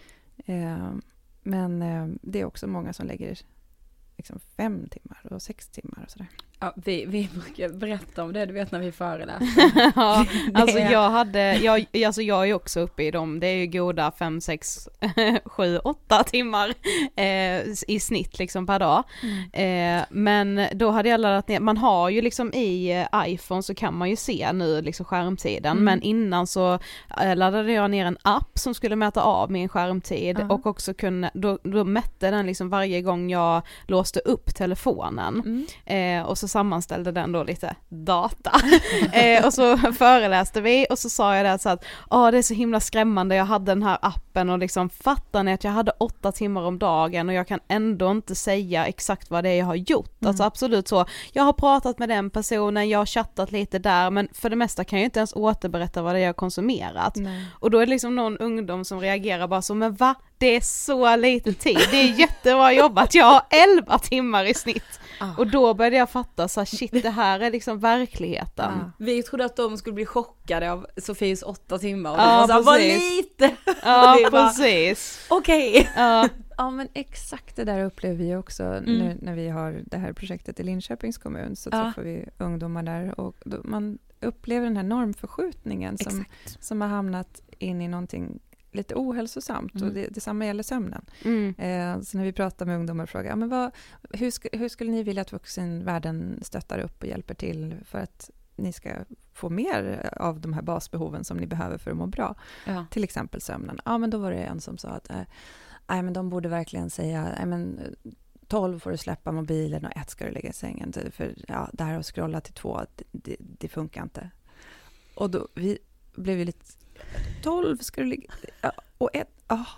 Men det är också många som lägger liksom 5 timmar och 6 timmar och sådär. Ja, vi brukar berätta om det, du vet när vi föreläser. Ja, alltså jag är också uppe i dem. Det är ju goda 5, 6, 7, 8 timmar i snitt liksom per dag. Men då hade jag laddat ner, man har ju liksom i iPhone så kan man ju se nu liksom skärmtiden. Men innan så laddade jag ner en app som skulle mäta av min skärmtid och också då mätte den liksom varje gång jag låste upp telefonen. Och så sammanställde den då lite data. Och så föreläste vi och så sa jag det så att det är så himla skrämmande, jag hade den här appen och liksom fattar ni att jag hade 8 timmar om dagen och jag kan ändå inte säga exakt vad det är jag har gjort. Alltså absolut så, jag har pratat med den personen, jag har chattat lite där, men för det mesta kan jag inte ens återberätta vad det är jag har konsumerat. Och då är det liksom någon ungdom som reagerar bara så, men va? Det är så lite tid, det är jättebra jobbat, jag har 11 timmar i snitt. Och då började jag fatta så här, shit, det här är liksom verkligheten. Vi trodde att de skulle bli chockade av Sofies 8 timmar. Och det var lite! Ja, precis. Okej. Ja, men exakt det där upplever vi också nu när vi har det här projektet i Linköpings kommun. Så träffar vi ungdomar där och man upplever den här normförskjutningen som har hamnat in i någonting lite ohälsosamt och detsamma gäller sömnen. Så när vi pratar med ungdomar och frågar men hur skulle ni vilja att vuxenvärlden stöttar upp och hjälper till för att ni ska få mer av de här basbehoven som ni behöver för att må bra. Till exempel sömnen. Ja, men då var det en som sa att men de borde verkligen säga 12 får du släppa mobilen och 1 ska du lägga i sängen. För det här att scrolla till 2, det funkar inte. Och då vi blev ju lite 12 ska du ligga och 1,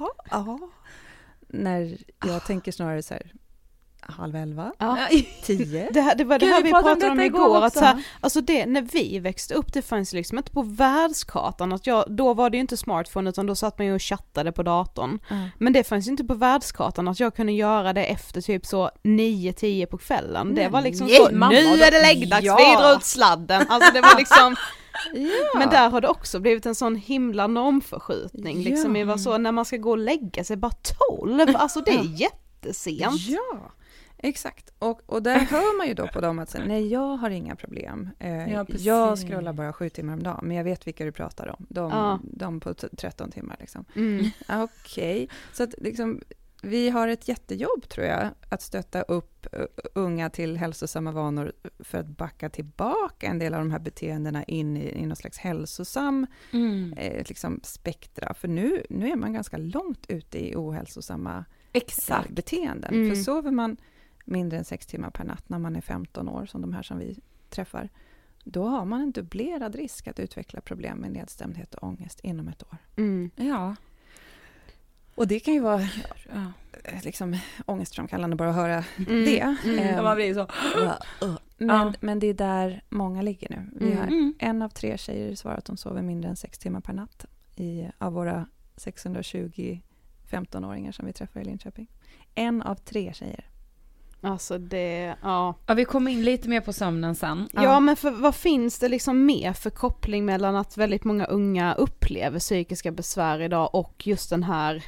när jag tänker snarare så här 10:30, 10. Det var det här vi pratade om igår att så här, alltså det, när vi växte upp, det fanns liksom inte på världskartan att då var det ju inte smartphone utan då satt man ju och chattade på datorn. Men det fanns ju inte på världskartan att jag kunde göra det efter typ så 9-10 på kvällen. Det var liksom så, nu är det läggdags, vi drar ut sladden. Alltså det var liksom men där har det också blivit en sån himla normförskjutning liksom i vad så när man ska gå och lägga sig bara 12, alltså det är jättesent. Ja, exakt. Och där hör man ju då på dem att säga, nej, jag har inga problem. Jag scrollar bara 7 timmar om dagen, men jag vet vilka du pratar om. De på 13 timmar liksom. Okej. Så att liksom vi har ett jättejobb tror jag att stötta upp unga till hälsosamma vanor för att backa tillbaka en del av de här beteendena in i någon slags hälsosam liksom spektra. För nu är man ganska långt ute i ohälsosamma beteenden. För sover man mindre än 6 timmar per natt när man är 15 år som de här som vi träffar, då har man en dubblerad risk att utveckla problem med nedstämdhet och ångest inom ett år. Ja. Och det kan ju vara liksom ångestframkallande bara att höra det. Man blir så. Men det är där många ligger nu. Vi har 1 av 3 tjejer svarat att de sover mindre än 6 timmar per natt av våra 620 15-åringar som vi träffar i Linköping. 1 av 3 tjejer. Alltså det, vi kommer in lite mer på sömnen sen. Ja, men vad finns det liksom mer för koppling mellan att väldigt många unga upplever psykiska besvär idag och just den här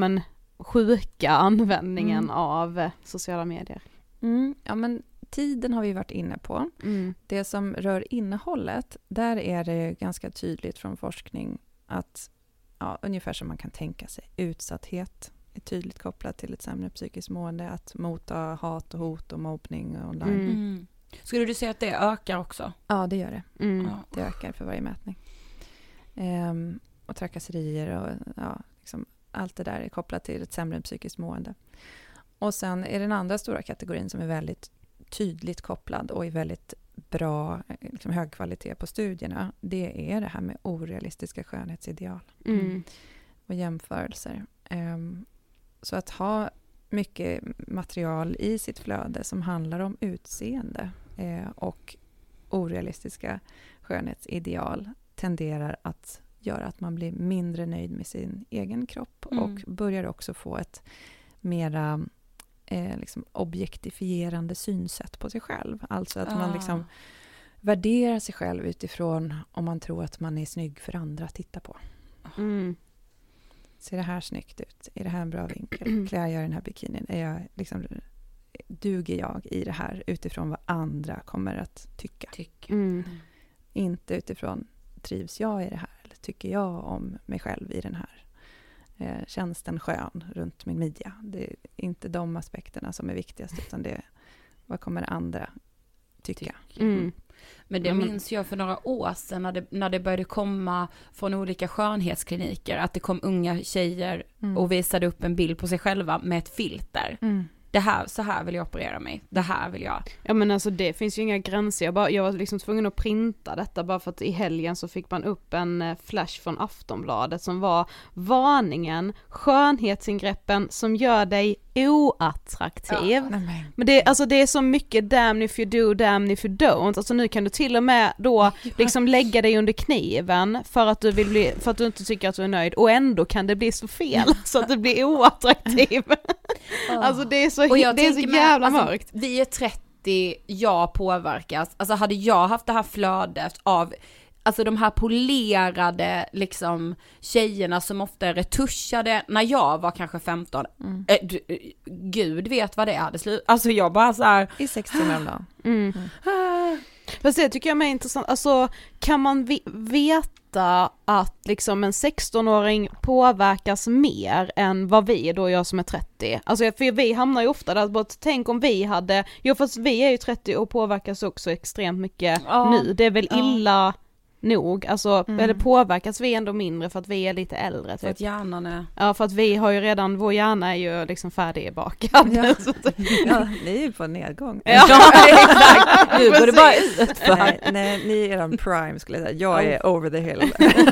sjuka användningen av sociala medier? Ja, men tiden har vi varit inne på. Det som rör innehållet, där är det ganska tydligt från forskning att ungefär som man kan tänka sig. Utsatthet är tydligt kopplat till ett sämre psykiskt mående. Att mota hat och hot och mobbning online. Skulle du säga att det ökar också? Ja, det gör det. Det ökar för varje mätning. Och trakasserier och liksom allt det där är kopplat till ett sämre psykiskt mående. Och sen är den andra stora kategorin som är väldigt tydligt kopplad och är väldigt bra, liksom hög kvalitet på studierna. Det är det här med orealistiska skönhetsideal och jämförelser. Så att ha mycket material i sitt flöde som handlar om utseende och orealistiska skönhetsideal tenderar att göra att man blir mindre nöjd med sin egen kropp och börjar också få ett mera liksom objektifierande synsätt på sig själv. Alltså att man liksom värderar sig själv utifrån om man tror att man är snygg för andra att titta på. Ser det här snyggt ut? Är det här en bra vinkel? Klär jag i den här bikinin? Duger jag i det här utifrån vad andra kommer att tycka? Inte utifrån trivs jag i det här? Eller tycker jag om mig själv i den här? Känns den skön runt min midja? Det är inte de aspekterna som är viktigast, utan det är vad kommer andra tycka. Men det minns jag för några år sedan när det började komma från olika skönhetskliniker, att det kom unga tjejer och visade upp en bild på sig själva med ett filter. Så här vill jag operera mig. Det här vill jag. Ja, men alltså det finns ju inga gränser. Jag var liksom tvungen att printa detta bara för att i helgen så fick man upp en flash från Aftonbladet som var varningen, skönhetsingreppen som gör dig oattraktiv. Men det är så mycket damn if you do, damn if you don't. Alltså nu kan du till och med då liksom lägga dig under kniven för att du inte tycker att du är nöjd, och ändå kan det bli så fel så att du blir oattraktiv. Alltså det är så jävla mörkt. Vi är 30, jag påverkas. Alltså hade jag haft det här flödet av alltså de här polerade liksom tjejerna som ofta är retuschade när jag var kanske 15. Gud vet vad det är. Alltså jag bara så här i 60 timmar om dagen. Fast det tycker jag är intressant. Alltså kan man veta att liksom en 16-åring påverkas mer än vad vi då, jag som är 30. Alltså för vi hamnar ju ofta där, att tänk om vi hade, fast vi är ju 30 och påverkas också extremt mycket nu. Det är väl illa nog, alltså eller påverkas vi ändå mindre för att vi är lite äldre typ. För att hjärnan är... Ja, för att vi har ju redan, vår hjärna är ju liksom färdigbakad. Ja, ni är ju på nedgång. Ja, exakt. Nu går det bara ut. Nej, ni är en prime skulle jag säga. Jag är over the hill.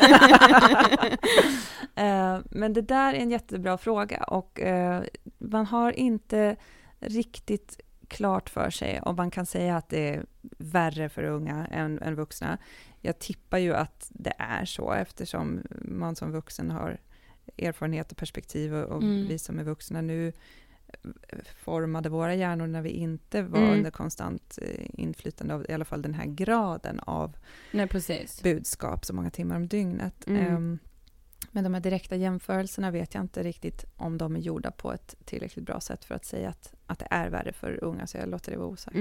Men det där är en jättebra fråga, och man har inte riktigt klart för sig om man kan säga att det är värre för unga än vuxna. Jag tippar ju att det är så, eftersom man som vuxen har erfarenhet och perspektiv, och vi som är vuxna nu formade våra hjärnor när vi inte var under konstant inflytande av i alla fall den här graden av budskap så många timmar om dygnet. Men de här direkta jämförelserna vet jag inte riktigt om de är gjorda på ett tillräckligt bra sätt för att säga att det är värre för unga, så jag låter det vara osagt.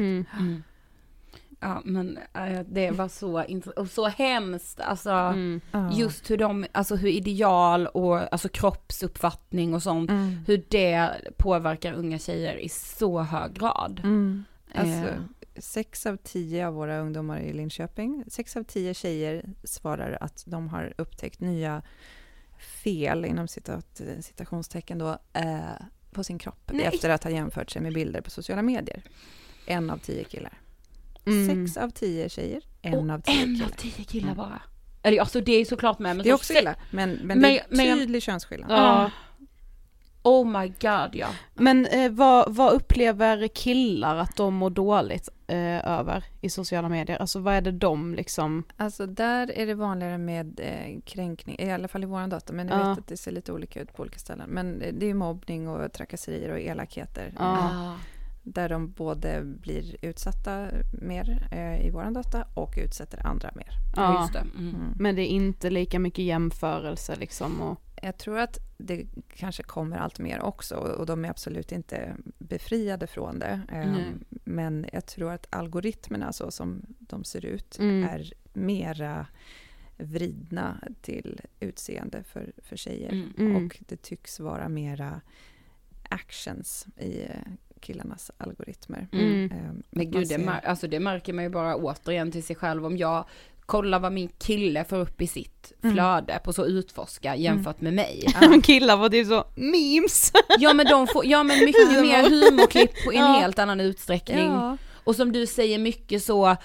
Ja, men det var så hemskt. Alltså, just hur ideal och alltså kroppsuppfattning och sånt, hur det påverkar unga tjejer i så hög grad. Alltså, 6 av 10 av våra ungdomar i Linköping, 6 av 10 tjejer svarar att de har upptäckt nya fel inom citationstecken då, på sin kropp efter att ha jämfört sig med bilder på sociala medier. 1 av 10 killar. 6 av 10 tjejer, 1 av 10 killar. 1 av 10 killar bara. Eller alltså det är såklart med. Men det är också illa, men det är tydlig könsskillnad. Ja. Oh my god, ja. Men vad upplever killar att de mår dåligt över i sociala medier? Alltså vad är det de liksom... Alltså där är det vanligare med kränkning, i alla fall i våran data, men jag vet att det ser lite olika ut på olika ställen. Men det är mobbning och trakasserier och elakheter. Där de både blir utsatta mer i våran data och utsätter andra mer. Ja, just det. Men det är inte lika mycket jämförelse liksom. Och... Jag tror att det kanske kommer allt mer också, och de är absolut inte befriade från det. Men jag tror att algoritmerna så som de ser ut är mera vridna till utseende för tjejer. Och det tycks vara mera actions i killarnas algoritmer. Men gud, det märker man ju bara återigen till sig själv. Om jag kolla vad min kille får upp i sitt flöde på så utforska jämfört med mig. Killar var det så memes. men mycket mer humorklipp på en helt annan utsträckning. Ja. Och som du säger, mycket så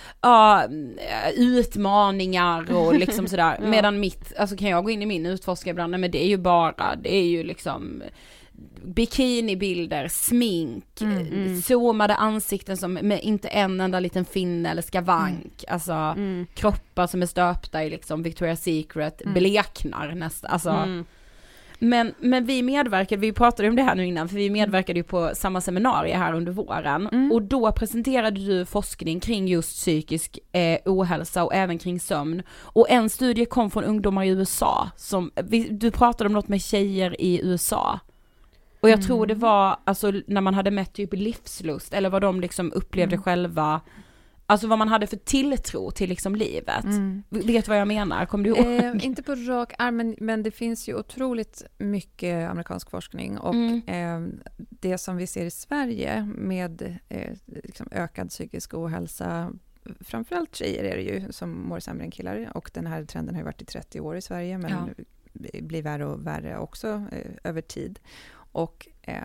utmaningar och liksom sådär. Medan alltså kan jag gå in i min utforska ibland, men det är ju liksom bikinibilder, smink, zoomade ansikten som med inte en enda liten finne eller skavank, alltså kroppar som är stöpta i liksom Victoria's Secret bleknar nästan, alltså. Men vi medverkade, vi pratade om det här nu innan, för vi medverkade ju på samma seminarium här under våren, och då presenterade du forskning kring just psykisk ohälsa och även kring sömn, och en studie kom från ungdomar i USA som, du pratade om något med tjejer i USA. Och jag tror det var alltså när man hade mätt typ livslust, eller vad de liksom upplevde själva, alltså vad man hade för tilltro till liksom livet. Vet vad jag menar? Kommer du ihåg? Inte på rak arm, men det finns ju otroligt mycket amerikansk forskning, och det som vi ser i Sverige med liksom ökad psykisk ohälsa, framförallt tjejer är det ju som mår sämre än killar, och den här trenden har ju varit i 30 år i Sverige, men blir värre och värre också över tid. Och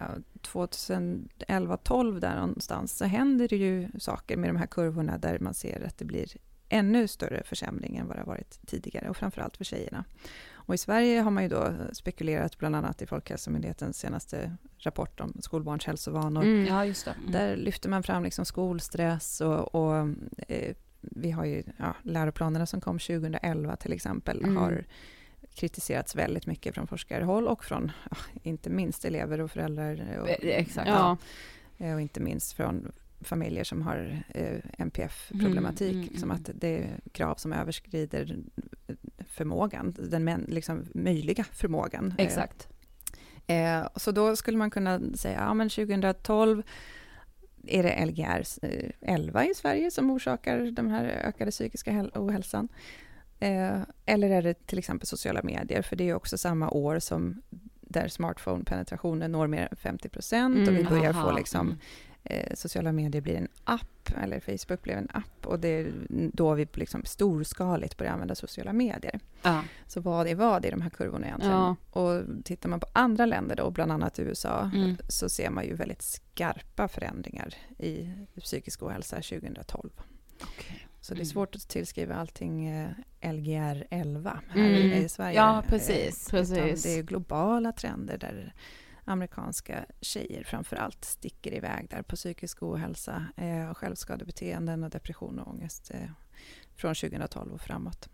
2011-12 där någonstans så händer det ju saker med de här kurvorna där man ser att det blir ännu större försämring än vad det har varit tidigare, och framförallt för tjejerna. Och i Sverige har man ju då spekulerat bland annat i Folkhälsomyndighetens senaste rapport om skolbarns hälsovanor. Ja, just det. Där lyfter man fram liksom skolstress och vi har ju läroplanerna som kom 2011 till exempel har kritiserats väldigt mycket från forskarhåll och från inte minst elever och föräldrar och inte minst från familjer som har NPF-problematik, som att det är krav som överskrider förmågan, den liksom möjliga förmågan. Exakt. Så då skulle man kunna säga, men 2012 är det Lgr 11 i Sverige som orsakar den här ökade psykiska ohälsan. Eller är det till exempel sociala medier, för det är också samma år som där smartphone-penetrationen når mer än 50% och vi börjar få liksom sociala medier blir en app, eller Facebook blev en app, och det är då vi liksom storskaligt börjar använda sociala medier. Så vad är de här kurvorna egentligen? Och tittar man på andra länder då, bland annat USA, så ser man ju väldigt skarpa förändringar i psykisk ohälsa 2012. Okay. Så det är svårt att tillskriva allting Lgr 11 här i Sverige. Ja, precis. Det är globala trender där amerikanska tjejer framförallt sticker iväg där på psykisk ohälsa, självskadebeteenden och depression och ångest från 2012 och framåt.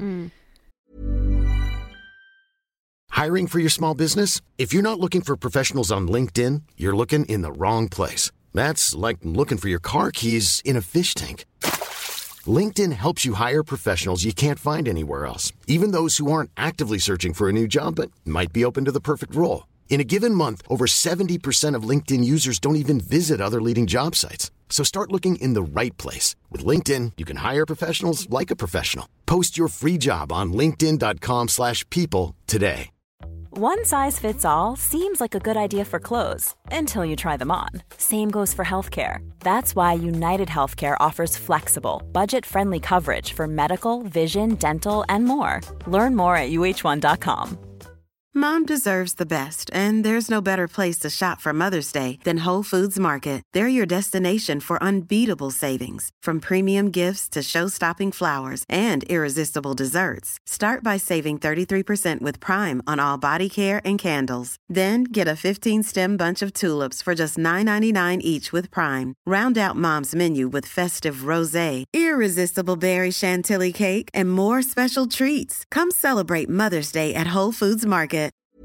Hiring for your small business? If you're not looking for professionals on LinkedIn, you're looking in the wrong place. That's like looking for your car keys in a fish tank. LinkedIn helps you hire professionals you can't find anywhere else, even those who aren't actively searching for a new job but might be open to the perfect role. In a given month, over 70% of LinkedIn users don't even visit other leading job sites. So start looking in the right place. With LinkedIn, you can hire professionals like a professional. Post your free job on linkedin.com/people today. One size fits all seems like a good idea for clothes until you try them on. Same goes for healthcare. That's why United Healthcare offers flexible, budget-friendly coverage for medical, vision, dental, and more. Learn more at uh1.com. Mom deserves the best, and there's no better place to shop for Mother's Day than Whole Foods Market. They're your destination for unbeatable savings, from premium gifts to show-stopping flowers and irresistible desserts. Start by saving 33% with Prime on all body care and candles. Then get a 15-stem bunch of tulips for just $9.99 each with Prime. Round out Mom's menu with festive rosé, irresistible berry chantilly cake, and more special treats. Come celebrate Mother's Day at Whole Foods Market.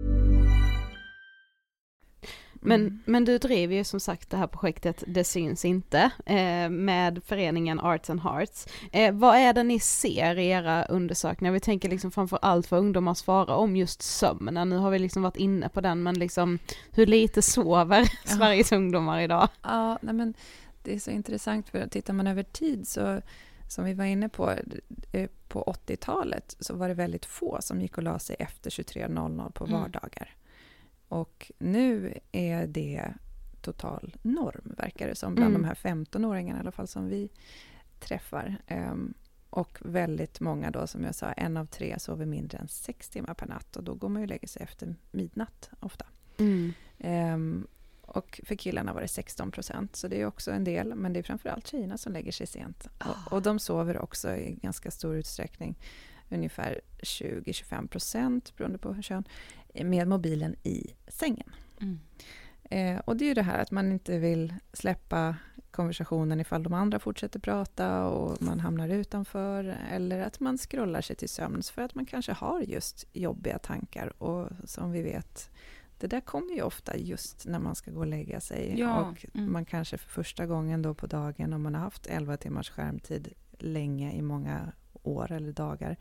Men du driver ju som sagt det här projektet Det syns inte med föreningen Arts and Hearts. Vad är det ni ser i era undersökningar? Vi tänker liksom framför allt för ungdomars fara om just sömnen. Nu har vi liksom varit inne på den, men liksom hur lite sover Sveriges ungdomar idag? Ja, nej men det är så intressant, för tittar man över tid så, som vi var inne på 80-talet så var det väldigt få som gick och la sig efter 23.00 på vardagar. Och nu är det total norm, verkar det som, bland de här 15-åringarna i alla fall som vi träffar. Och väldigt många då, som jag sa, 1 av 3 sover mindre än 6 timmar per natt. Och då går man ju och lägger sig efter midnatt ofta. Och för killarna var det 16%. Så det är också en del. Men det är framförallt tjejerna som lägger sig sent. Och de sover också i ganska stor utsträckning. Ungefär 20-25% beroende på kön. Med mobilen i sängen. Och det är ju det här att man inte vill släppa konversationen ifall de andra fortsätter prata och man hamnar utanför, eller att man scrollar sig till sömns för att man kanske har just jobbiga tankar, och som vi vet, det där kommer ju ofta just när man ska gå och lägga sig och man kanske för första gången då på dagen, om man har haft 11 timmars skärmtid länge i många år eller dagar,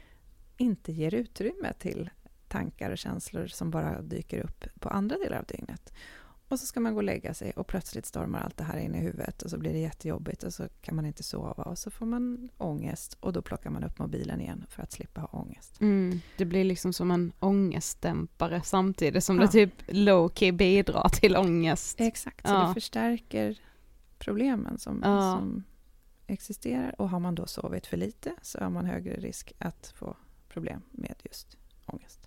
inte ger utrymme till tankar och känslor som bara dyker upp på andra delar av dygnet. Och så ska man gå och lägga sig och plötsligt stormar allt det här in i huvudet och så blir det jättejobbigt och så kan man inte sova och så får man ångest och då plockar man upp mobilen igen för att slippa ha ångest. Det blir liksom som en ångestdämpare samtidigt som det typ low-key bidrar till ångest. Exakt, så det förstärker problemen som existerar, och har man då sovit för lite så har man högre risk att få problem med just ångest.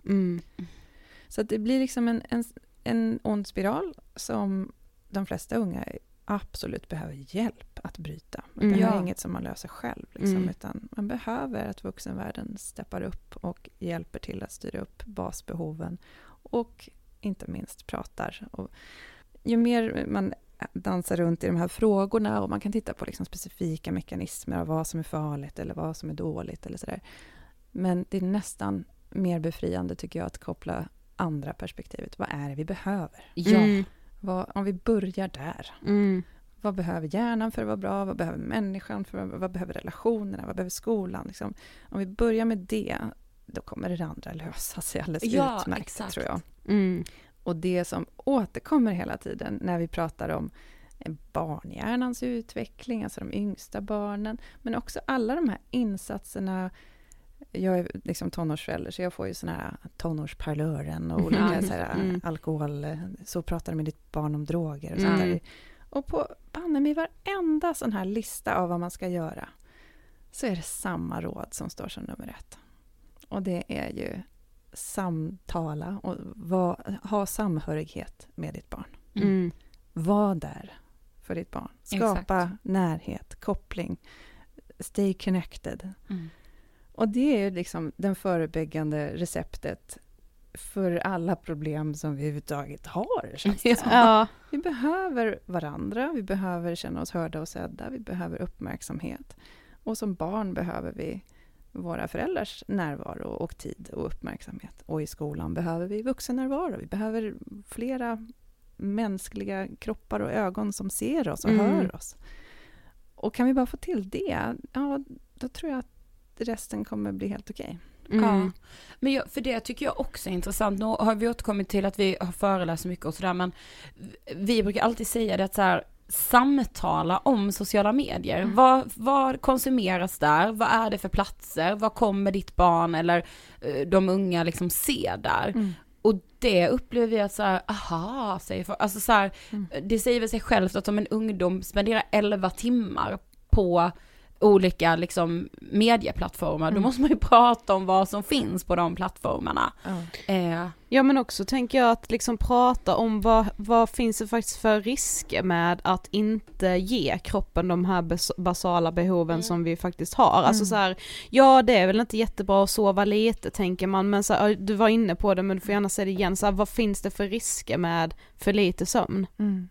Så att det blir liksom en ond spiral som de flesta unga absolut behöver hjälp att bryta. Det är inget som man löser själv. Liksom, utan man behöver att vuxenvärlden steppar upp och hjälper till att styra upp basbehoven. Och inte minst pratar. Och ju mer man dansar runt i de här frågorna och man kan titta på liksom specifika mekanismer av vad som är farligt eller vad som är dåligt eller sådär. Men det är nästan mer befriande tycker jag att koppla andra perspektivet. Vad är det vi behöver? Om vi börjar där. Vad behöver hjärnan för att vara bra? Vad behöver människan för vad behöver relationerna? Vad behöver skolan? Liksom, om vi börjar med det, då kommer det andra lösa sig alldeles utmärkt, exakt. Tror jag. Och det som återkommer hela tiden när vi pratar om barnhjärnans utveckling, alltså de yngsta barnen, men också alla de här insatserna. Jag är liksom tonårsförälder så jag får ju såna här tonårsparlören och olika så här, alkohol, så pratar med ditt barn om droger och sånt där. Och på med varenda sån här lista av vad man ska göra så är det samma råd som står som nummer 1. Och det är ju samtala och ha samhörighet med ditt barn. Var där för ditt barn. Skapa närhet, koppling, stay connected. Och det är ju liksom den förebyggande receptet för alla problem som vi överhuvudtaget har. Vi behöver varandra, vi behöver känna oss hörda och sedda, vi behöver uppmärksamhet. Och som barn behöver vi våra föräldrars närvaro och tid och uppmärksamhet. Och i skolan behöver vi vuxennärvaro. Vi behöver flera mänskliga kroppar och ögon som ser oss och hör oss. Och kan vi bara få till det, då tror jag att resten kommer bli helt okej. Ja, men för det tycker jag också är intressant. Nu har vi återkommit till att vi har föreläst så mycket och sådär, men vi brukar alltid säga det att så här, samtala om sociala medier. Vad konsumeras där? Vad är det för platser? Vad kommer ditt barn eller de unga liksom se där? Och det upplever vi att så här, alltså så här, det säger väl sig självt att om en ungdom spenderar 11 timmar på olika liksom medieplattformar, då måste man ju prata om vad som finns på de plattformarna. Ja, men också tänker jag att liksom prata om vad finns det faktiskt för risker med att inte ge kroppen de här basala behoven som vi faktiskt har. Alltså så här, det är väl inte jättebra att sova lite, tänker man, men så här, du var inne på det, men du får gärna säga det igen. Så här, vad finns det för risker med för lite sömn?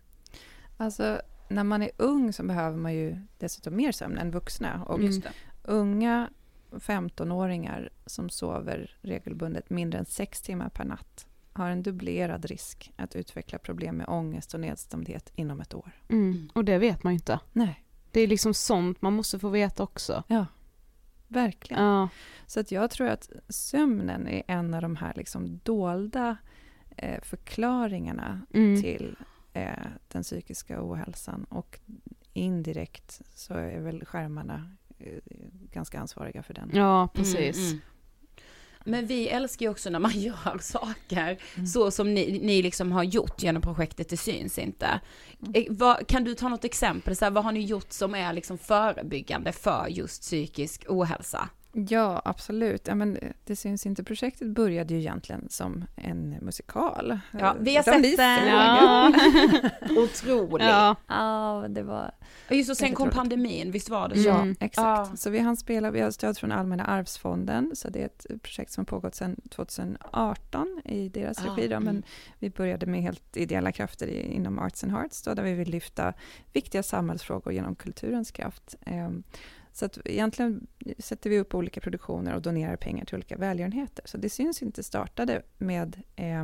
Alltså när man är ung så behöver man ju dessutom mer sömn än vuxna. Och unga 15-åringar som sover regelbundet mindre än 6 timmar per natt har en dubblerad risk att utveckla problem med ångest och nedstämdhet inom ett år. Och det vet man ju inte. Nej. Det är liksom sånt man måste få veta också. Ja, verkligen. Så att jag tror att sömnen är en av de här liksom dolda förklaringarna till den psykiska ohälsan, och indirekt så är väl skärmarna ganska ansvariga för den. Ja, precis. Men vi älskar ju också när man gör saker så som ni liksom har gjort genom projektet Det syns inte. Kan du ta något exempel? Så här, vad har ni gjort som är liksom förebyggande för just psykisk ohälsa? Ja, absolut. Ja, men det syns inte. Projektet började ju egentligen som en musikal. Ja, vi har sett den. Ja. Otroligt. Ja, det var... Just och sen kom pandemin, visst var det så? Ja, exakt. Så vi har stöd från Allmänna arvsfonden, så det är ett projekt som har pågått sedan 2018 i deras regi då, men vi började med helt ideella krafter inom Arts and Hearts då, där vi vill lyfta viktiga samhällsfrågor genom kulturens kraft. Så att egentligen sätter vi upp olika produktioner och donerar pengar till olika välgörenheter. Så det syns inte startade med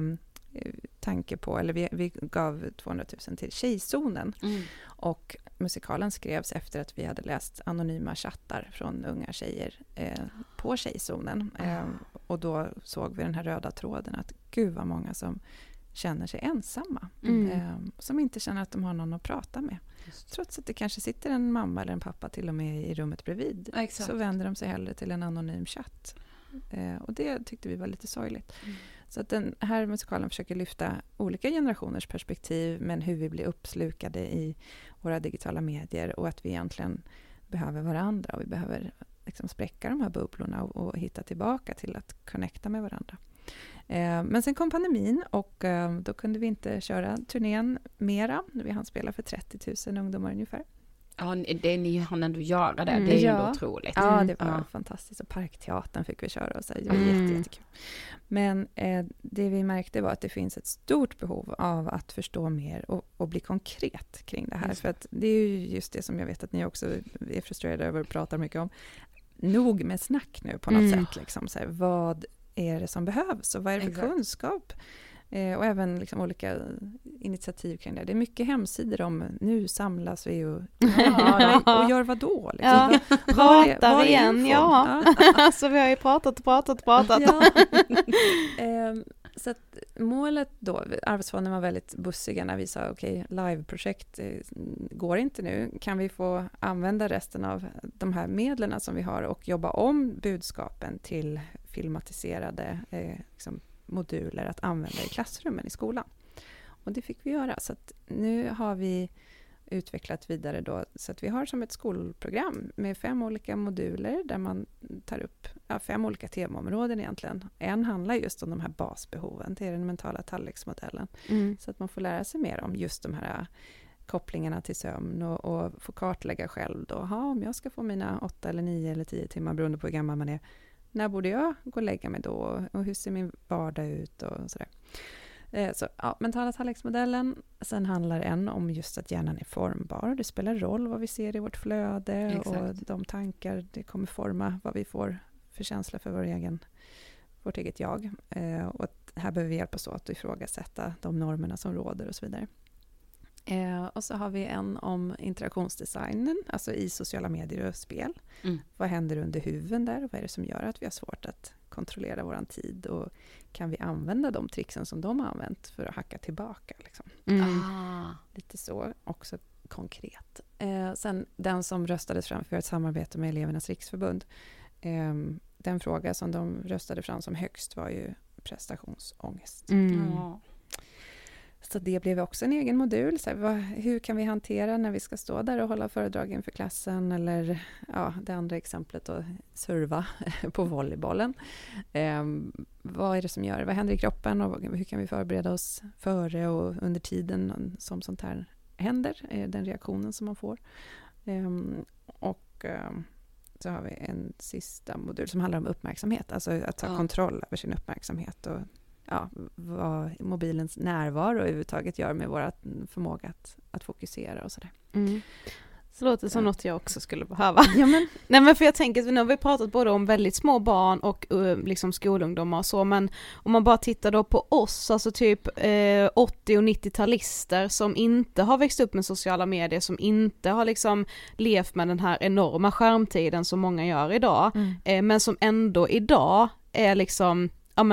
tanke på, eller vi gav 200 000 till Tjejzonen. Och musikalen skrevs efter att vi hade läst anonyma chattar från unga tjejer på Tjejzonen. Och då såg vi den här röda tråden att gud vad många som känner sig ensamma. Som inte känner att de har någon att prata med. Trots att det kanske sitter en mamma eller en pappa till och med i rummet bredvid. Så vänder de sig hellre till en anonym chatt. Och det tyckte vi var lite sorgligt. Så att den här musikalen försöker lyfta olika generationers perspektiv, men hur vi blir uppslukade i våra digitala medier och att vi egentligen behöver varandra och vi behöver liksom spräcka de här bubblorna och hitta tillbaka till att connecta med varandra. Men sen kom pandemin och då kunde vi inte köra turnén mera. Vi hann spela för 30 000 ungdomar ungefär. Ja, ni hann ändå göra det. Det är ju ändå otroligt. Ja, det var fantastiskt. Och Parkteatern fick vi köra och så. Det var jättekul. Men det vi märkte var att det finns ett stort behov av att förstå mer och bli konkret kring det här. För att det är ju just det som jag vet att ni också är frustrerade över och pratar mycket om. Nog med snack nu på något sätt. Liksom, så här, vad är det som behövs och vad är det för kunskap? Och även liksom olika initiativ kring det. Det är mycket hemsidor om nu samlas vi och gör vad då? Liksom. Pratar igen, Så vi har ju pratat. Så att målet då, Arvsfonden var väldigt bussiga när vi sa okej, liveprojekt går inte nu. Kan vi få använda resten av de här medlen som vi har och jobba om budskapen till filmatiserade liksom, moduler att använda i klassrummen i skolan. Och det fick vi göra. Så att nu har vi utvecklat vidare då, så att vi har som ett skolprogram med 5 olika moduler där man tar upp 5 olika temaområden egentligen. En handlar just om de här basbehoven, det är den mentala tallriksmodellen. Så att man får lära sig mer om just de här kopplingarna till sömn och få kartlägga själv då. Om jag ska få mina 8 eller 9 eller 10 timmar beroende på hur gammal man är, när borde jag gå och lägga mig då? Och hur ser min vardag ut? Och sådär. Så mentala tallriksmodellen. Sen handlar en om just att hjärnan är formbar. Det spelar roll vad vi ser i vårt flöde. Exakt. Och de tankar, det kommer forma vad vi får för känsla för vårt eget jag. Och här behöver vi hjälpas åt att ifrågasätta de normerna som råder och så vidare. Och så har vi en om interaktionsdesignen, alltså i sociala medier och spel. Vad händer under huven där? Vad är det som gör att vi har svårt att kontrollera våran tid? Och kan vi använda de tricksen som de har använt för att hacka tillbaka? Liksom? Lite så, också konkret. Sen den som röstades fram för ett samarbete med Elevernas riksförbund. Den fråga som de röstade fram som högst var ju prestationsångest. Så det blev också en egen modul. Så här, hur kan vi hantera när vi ska stå där och hålla föredrag inför klassen? Eller det andra exemplet att serva på volleybollen. Vad är det som gör det? Vad händer i kroppen? Och hur kan vi förbereda oss före och under tiden som sånt här händer? Den reaktionen som man får. Så har vi en sista modul som handlar om uppmärksamhet. Alltså att ta kontroll över sin uppmärksamhet och vad mobilens närvaro överhuvudtaget gör med vår förmåga att fokusera och sådär. Så låter det som något jag också skulle behöva. Nej, men för jag tänker att nu har vi pratat både om väldigt små barn och liksom skolungdomar och så, men om man bara tittar då på oss, alltså typ 80- och 90-talister som inte har växt upp med sociala medier, som inte har liksom levt med den här enorma skärmtiden som många gör idag, men som ändå idag är liksom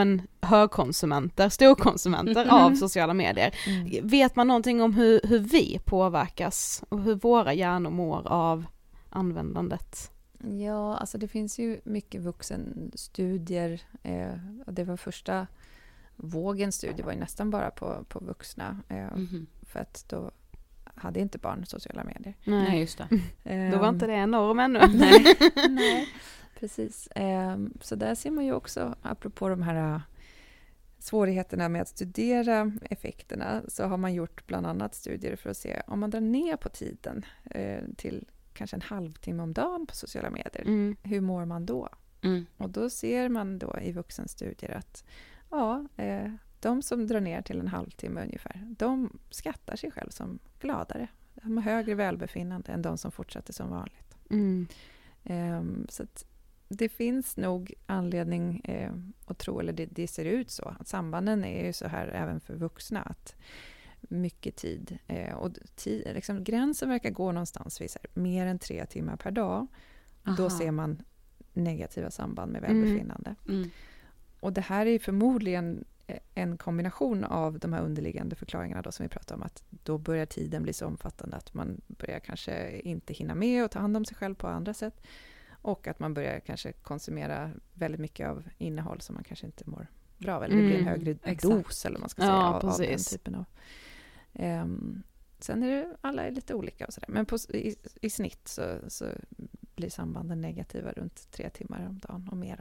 storkonsumenter av sociala medier. Vet man någonting om hur vi påverkas och hur våra hjärnor mår av användandet? Ja, alltså det finns ju mycket vuxenstudier. Och det var första vågen studier var ju nästan bara på vuxna. För att då hade inte barn sociala medier. Nej, just det. Då var inte det en norm ännu. Nej, precis. Så där ser man ju också, apropå de här svårigheterna med att studera effekterna, så har man gjort bland annat studier för att se om man drar ner på tiden till kanske en halvtimme om dagen på sociala medier. Hur mår man då? Och då ser man då i vuxenstudier att de som drar ner till en halvtimme ungefär, de skattar sig själv som gladare. De har högre välbefinnande än de som fortsätter som vanligt. Så att det finns nog anledning att tro, eller det ser ut så, att sambanden är ju så här även för vuxna, att mycket tid, och liksom, gränsen verkar gå någonstans vid mer än 3 timmar per dag. Då ser man negativa samband med välbefinnande. Och det här är förmodligen en kombination av de här underliggande förklaringarna då, som vi pratade om, att då börjar tiden bli så omfattande att man börjar kanske inte hinna med och ta hand om sig själv på andra sätt, och att man börjar kanske konsumera väldigt mycket av innehåll som man kanske inte mår bra av, eller det blir en högre dos, eller man ska säga, av den typen av. Sen är det, alla är lite olika och sådär, men i snitt så blir sambanden negativa runt 3 timmar om dagen och mera.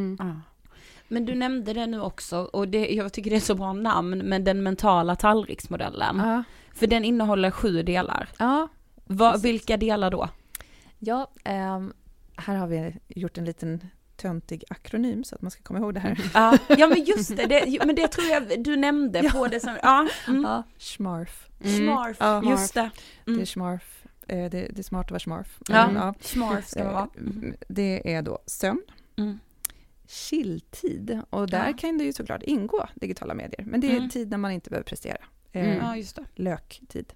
Men du nämnde det nu också, och jag tycker det är så bra namn, men den mentala tallriksmodellen. För den innehåller 7 delar. Vilka delar då? Ja, här har vi gjort en liten töntig akronym så att man ska komma ihåg det här. Ja, men just det, men det tror jag du nämnde på det som... SMARF. SMARF, just det. Det är SMARF. Det är smart att vara SMARF. SMARF ska man vara. Det är då sömn. Chilltid, och där kan det ju såklart ingå digitala medier, men det är tid när man inte behöver prestera. Just det. Löktid.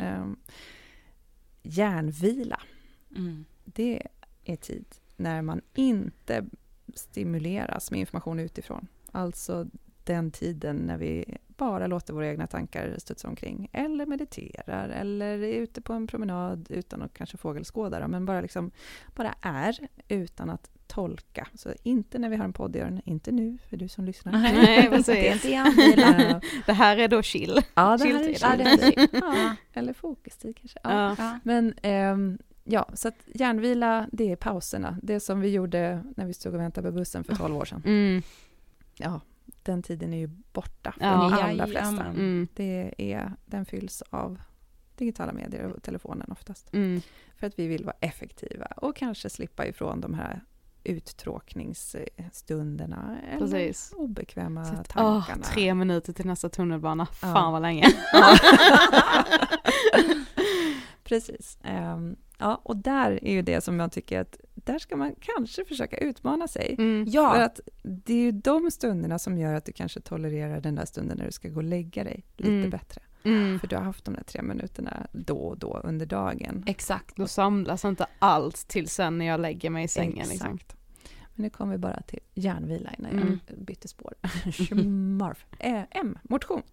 Hjärnvila. Det är tid när man inte stimuleras med information utifrån. Alltså den tiden när vi bara låter våra egna tankar studsa omkring, eller mediterar, eller är ute på en promenad utan att kanske fågelskåda, men bara är utan att tolka. Så inte när vi har en podd, inte nu för du som lyssnar. Nej, precis. Det är inte hjärnvila. Det här är då chill. Ja, det här är chill. Eller fokustid kanske. Men så att hjärnvila, det är pauserna. Det som vi gjorde när vi stod och väntade på bussen för 12 år sedan. Den tiden är ju borta för de allra flesta. Den fylls av digitala medier och telefonen oftast. För att vi vill vara effektiva och kanske slippa ifrån de här uttråkningsstunderna eller obekväma tankarna. 3 minuter till nästa tunnelbana. Fan vad länge. Precis. Och där är ju det som jag tycker att där ska man kanske försöka utmana sig. För att det är ju de stunderna som gör att du kanske tolererar den där stunden när du ska gå och lägga dig lite bättre. För du har haft de där 3 minuterna då och då under dagen. Exakt. Då samlas inte allt till sen när jag lägger mig i sängen. Exakt. Liksom. Men nu kommer vi bara till hjärnvila innan jag bytte spår. Motion.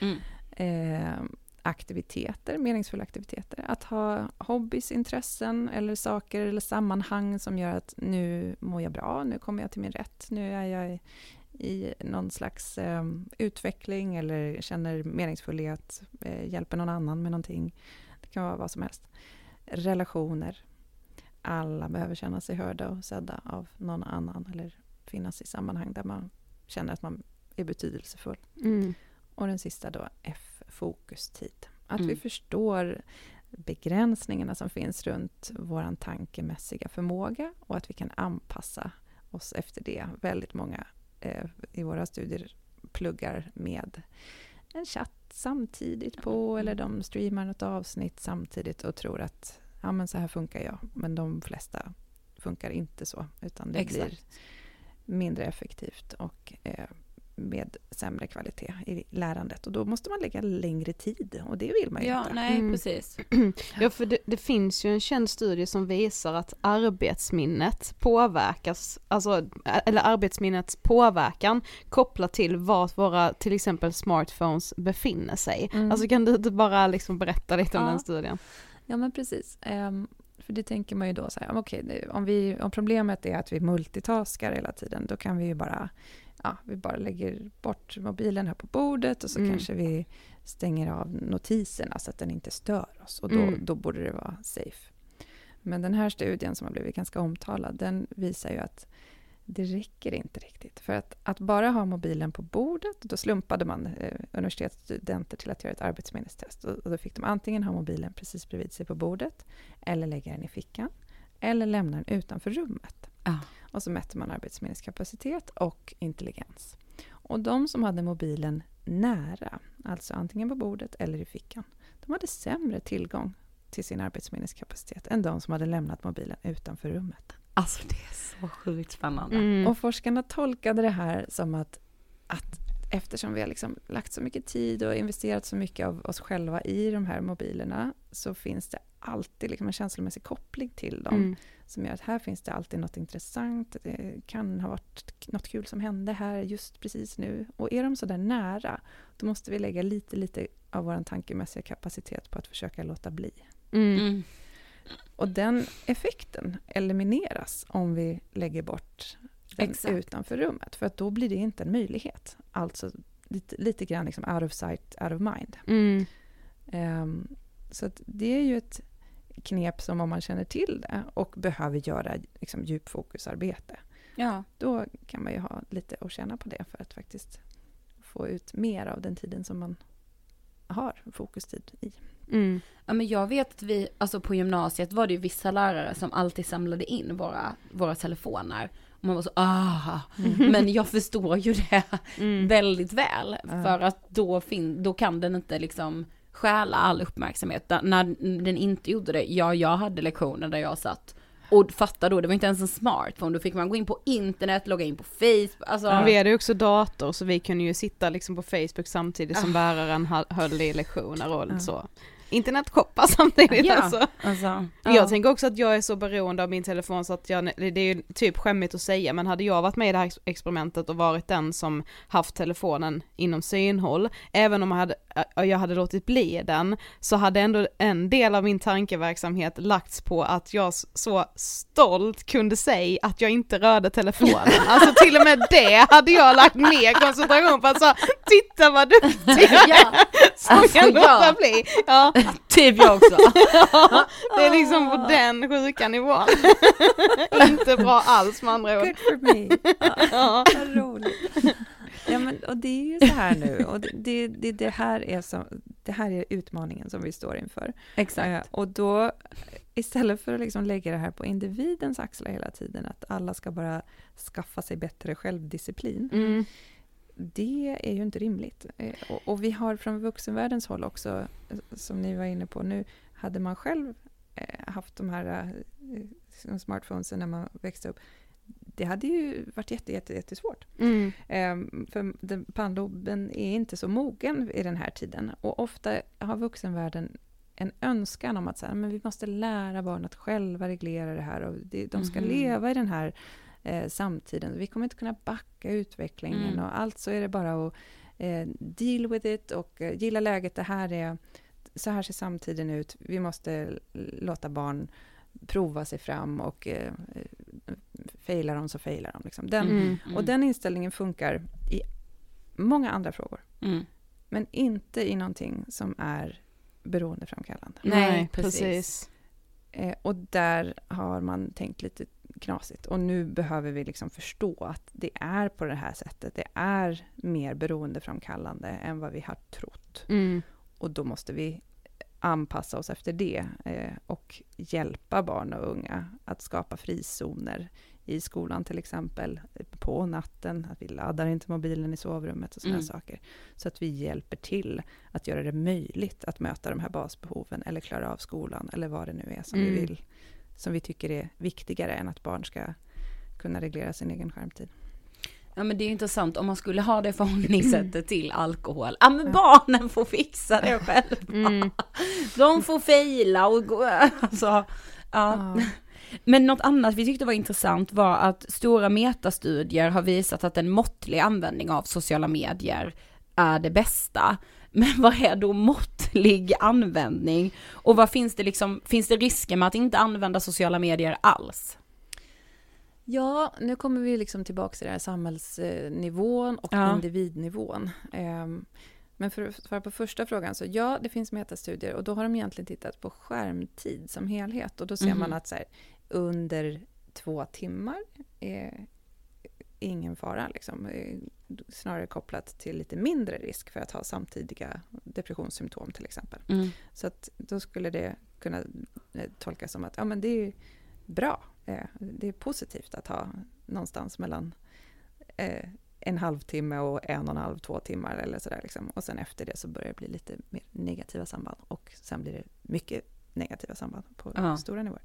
Aktiviteter, meningsfulla aktiviteter. Att ha hobbys, intressen eller saker eller sammanhang som gör att nu mår jag bra, nu kommer jag till min rätt, nu är jag i någon slags utveckling eller känner meningsfullhet, hjälper någon annan med någonting. Det kan vara vad som helst. Relationer. Alla behöver känna sig hörda och sedda av någon annan eller finnas i sammanhang där man känner att man är betydelsefull. Och den sista då, fokustid. Att vi förstår begränsningarna som finns runt våran tankemässiga förmåga och att vi kan anpassa oss efter det. Väldigt många i våra studier pluggar med en chatt samtidigt på, eller de streamar något avsnitt samtidigt och tror att men så här funkar jag. Men de flesta funkar inte så, utan det blir mindre effektivt och med sämre kvalitet i lärandet. Och då måste man lägga längre tid. Och det vill man ju inte. Nej, precis. Ja, för det finns ju en känd studie som visar att arbetsminnet påverkas, eller arbetsminnets påverkan kopplat till vart våra till exempel smartphones befinner sig. Alltså kan du inte bara liksom berätta lite om den studien? Ja, men precis. För det tänker man ju då så här, okej, om problemet är att vi multitaskar hela tiden, då kan vi ju bara, vi bara lägger bort mobilen här på bordet och så kanske vi stänger av notiserna så att den inte stör oss. Och då borde det vara safe. Men den här studien som har blivit ganska omtalad, den visar ju att det räcker inte riktigt. För att bara ha mobilen på bordet, då slumpade man universitetsstudenter till att göra ett arbetsminnestest. Och då fick de antingen ha mobilen precis bredvid sig på bordet, eller lägga den i fickan, eller lämna den utanför rummet. Och så mätte man arbetsminneskapacitet och intelligens. Och de som hade mobilen nära, alltså antingen på bordet eller i fickan, de hade sämre tillgång till sin arbetsminneskapacitet än de som hade lämnat mobilen utanför rummet. Alltså det är så sjukt spännande. Och forskarna tolkade det här som att eftersom vi har liksom lagt så mycket tid och investerat så mycket av oss själva i de här mobilerna, så finns det alltid liksom en känslomässig koppling till dem som gör att här finns det alltid något intressant. Det kan ha varit något kul som hände här just precis nu. Och är de så där nära, då måste vi lägga lite av vår tankemässiga kapacitet på att försöka låta bli. Och den effekten elimineras om vi lägger bort den utanför rummet. För att då blir det inte en möjlighet. Alltså lite grann liksom out of sight, out of mind. Så att det är ju ett knep som om man känner till det och behöver göra liksom djupfokusarbete. Då kan man ju ha lite att känna på det för att faktiskt få ut mer av den tiden som man har fokustid i. Ja, men jag vet att vi, alltså på gymnasiet var det ju vissa lärare som alltid samlade in våra telefoner. Och man var så, men jag förstår ju det väldigt väl. För att då kan den inte liksom stjäla all uppmärksamhet. När den inte gjorde det, jag hade lektioner där jag satt och fatta då, det var inte ens en smartphone. Då fick man gå in på internet, logga in på Facebook. Alltså. Vi hade ju också dator, så vi kunde ju sitta liksom på Facebook samtidigt som läraren höll i lektioner och så. Internetshoppa samtidigt Jag tänker också att jag är så beroende av min telefon så att det är ju typ skämmigt att säga, men hade jag varit med i det här experimentet och varit den som haft telefonen inom synhåll, även om jag hade låtit bli den, så hade ändå en del av min tankeverksamhet lagts på att jag så stolt kunde säga att jag inte rörde telefonen. Alltså till och med det hade jag lagt mer koncentration på, alltså titta vad duktig jag är som kan låta bli. Typ jag också. Det är liksom på den sjuka nivån. Inte bra alls med andra ord. Good for me. Vad roligt. Ja, men, och det är ju så här nu. Och det här är utmaningen som vi står inför. Exakt. Och då, istället för att liksom lägga det här på individens axlar hela tiden, att alla ska bara skaffa sig bättre självdisciplin. Det är ju inte rimligt. Och vi har från vuxenvärldens håll också, som ni var inne på nu, hade man själv haft de här smartphonesen när man växte upp, det hade ju varit jättesvårt. För pannloben är inte så mogen i den här tiden. Och ofta har vuxenvärlden en önskan om att så här, men vi måste lära barn att själva reglera det här. Och de ska leva i den här samtiden. Vi kommer inte kunna backa utvecklingen och allt, så är det bara att deal with it och gilla läget. Så här ser samtiden ut. Vi måste låta barn prova sig fram och failar de så failar de. Liksom. Och den inställningen funkar i många andra frågor. Men inte i någonting som är beroendeframkallande. Nej, precis. Och där har man tänkt lite knasigt. Och nu behöver vi liksom förstå att det är på det här sättet. Det är mer beroendeframkallande än vad vi har trott. Och då måste vi anpassa oss efter det och hjälpa barn och unga att skapa frizoner i skolan till exempel, på natten, att vi laddar inte mobilen i sovrummet och sådana saker, så att vi hjälper till att göra det möjligt att möta de här basbehoven eller klara av skolan eller vad det nu är som vi vill, som vi tycker är viktigare än att barn ska kunna reglera sin egen skärmtid. Ja, men det är intressant om man skulle ha det förhållningssättet till alkohol. Ja, men barnen får fixa det själva. De får fejla och gå. Alltså, ja. Men något annat vi tyckte var intressant var att stora metastudier har visat att en måttlig användning av sociala medier är det bästa. Men vad är då måttlig användning? Och vad finns det risker med att inte använda sociala medier alls? Ja, nu kommer vi liksom tillbaka till den här samhällsnivån och individnivån. Men för att svara på första frågan, så ja, det finns metastudier och då har de egentligen tittat på skärmtid som helhet. Och då ser man att så här, under 2 timmar är ingen fara. Liksom. Snarare kopplat till lite mindre risk för att ha samtidiga depressionssymptom till exempel. Så att då skulle det kunna tolkas som att men det är bra. Det är positivt att ha någonstans mellan 1,5 timme och 1,5-2 timmar eller sådär liksom. Och sen efter det så börjar det bli lite mer negativa samband och sen blir det mycket negativa samband på stora nivåer.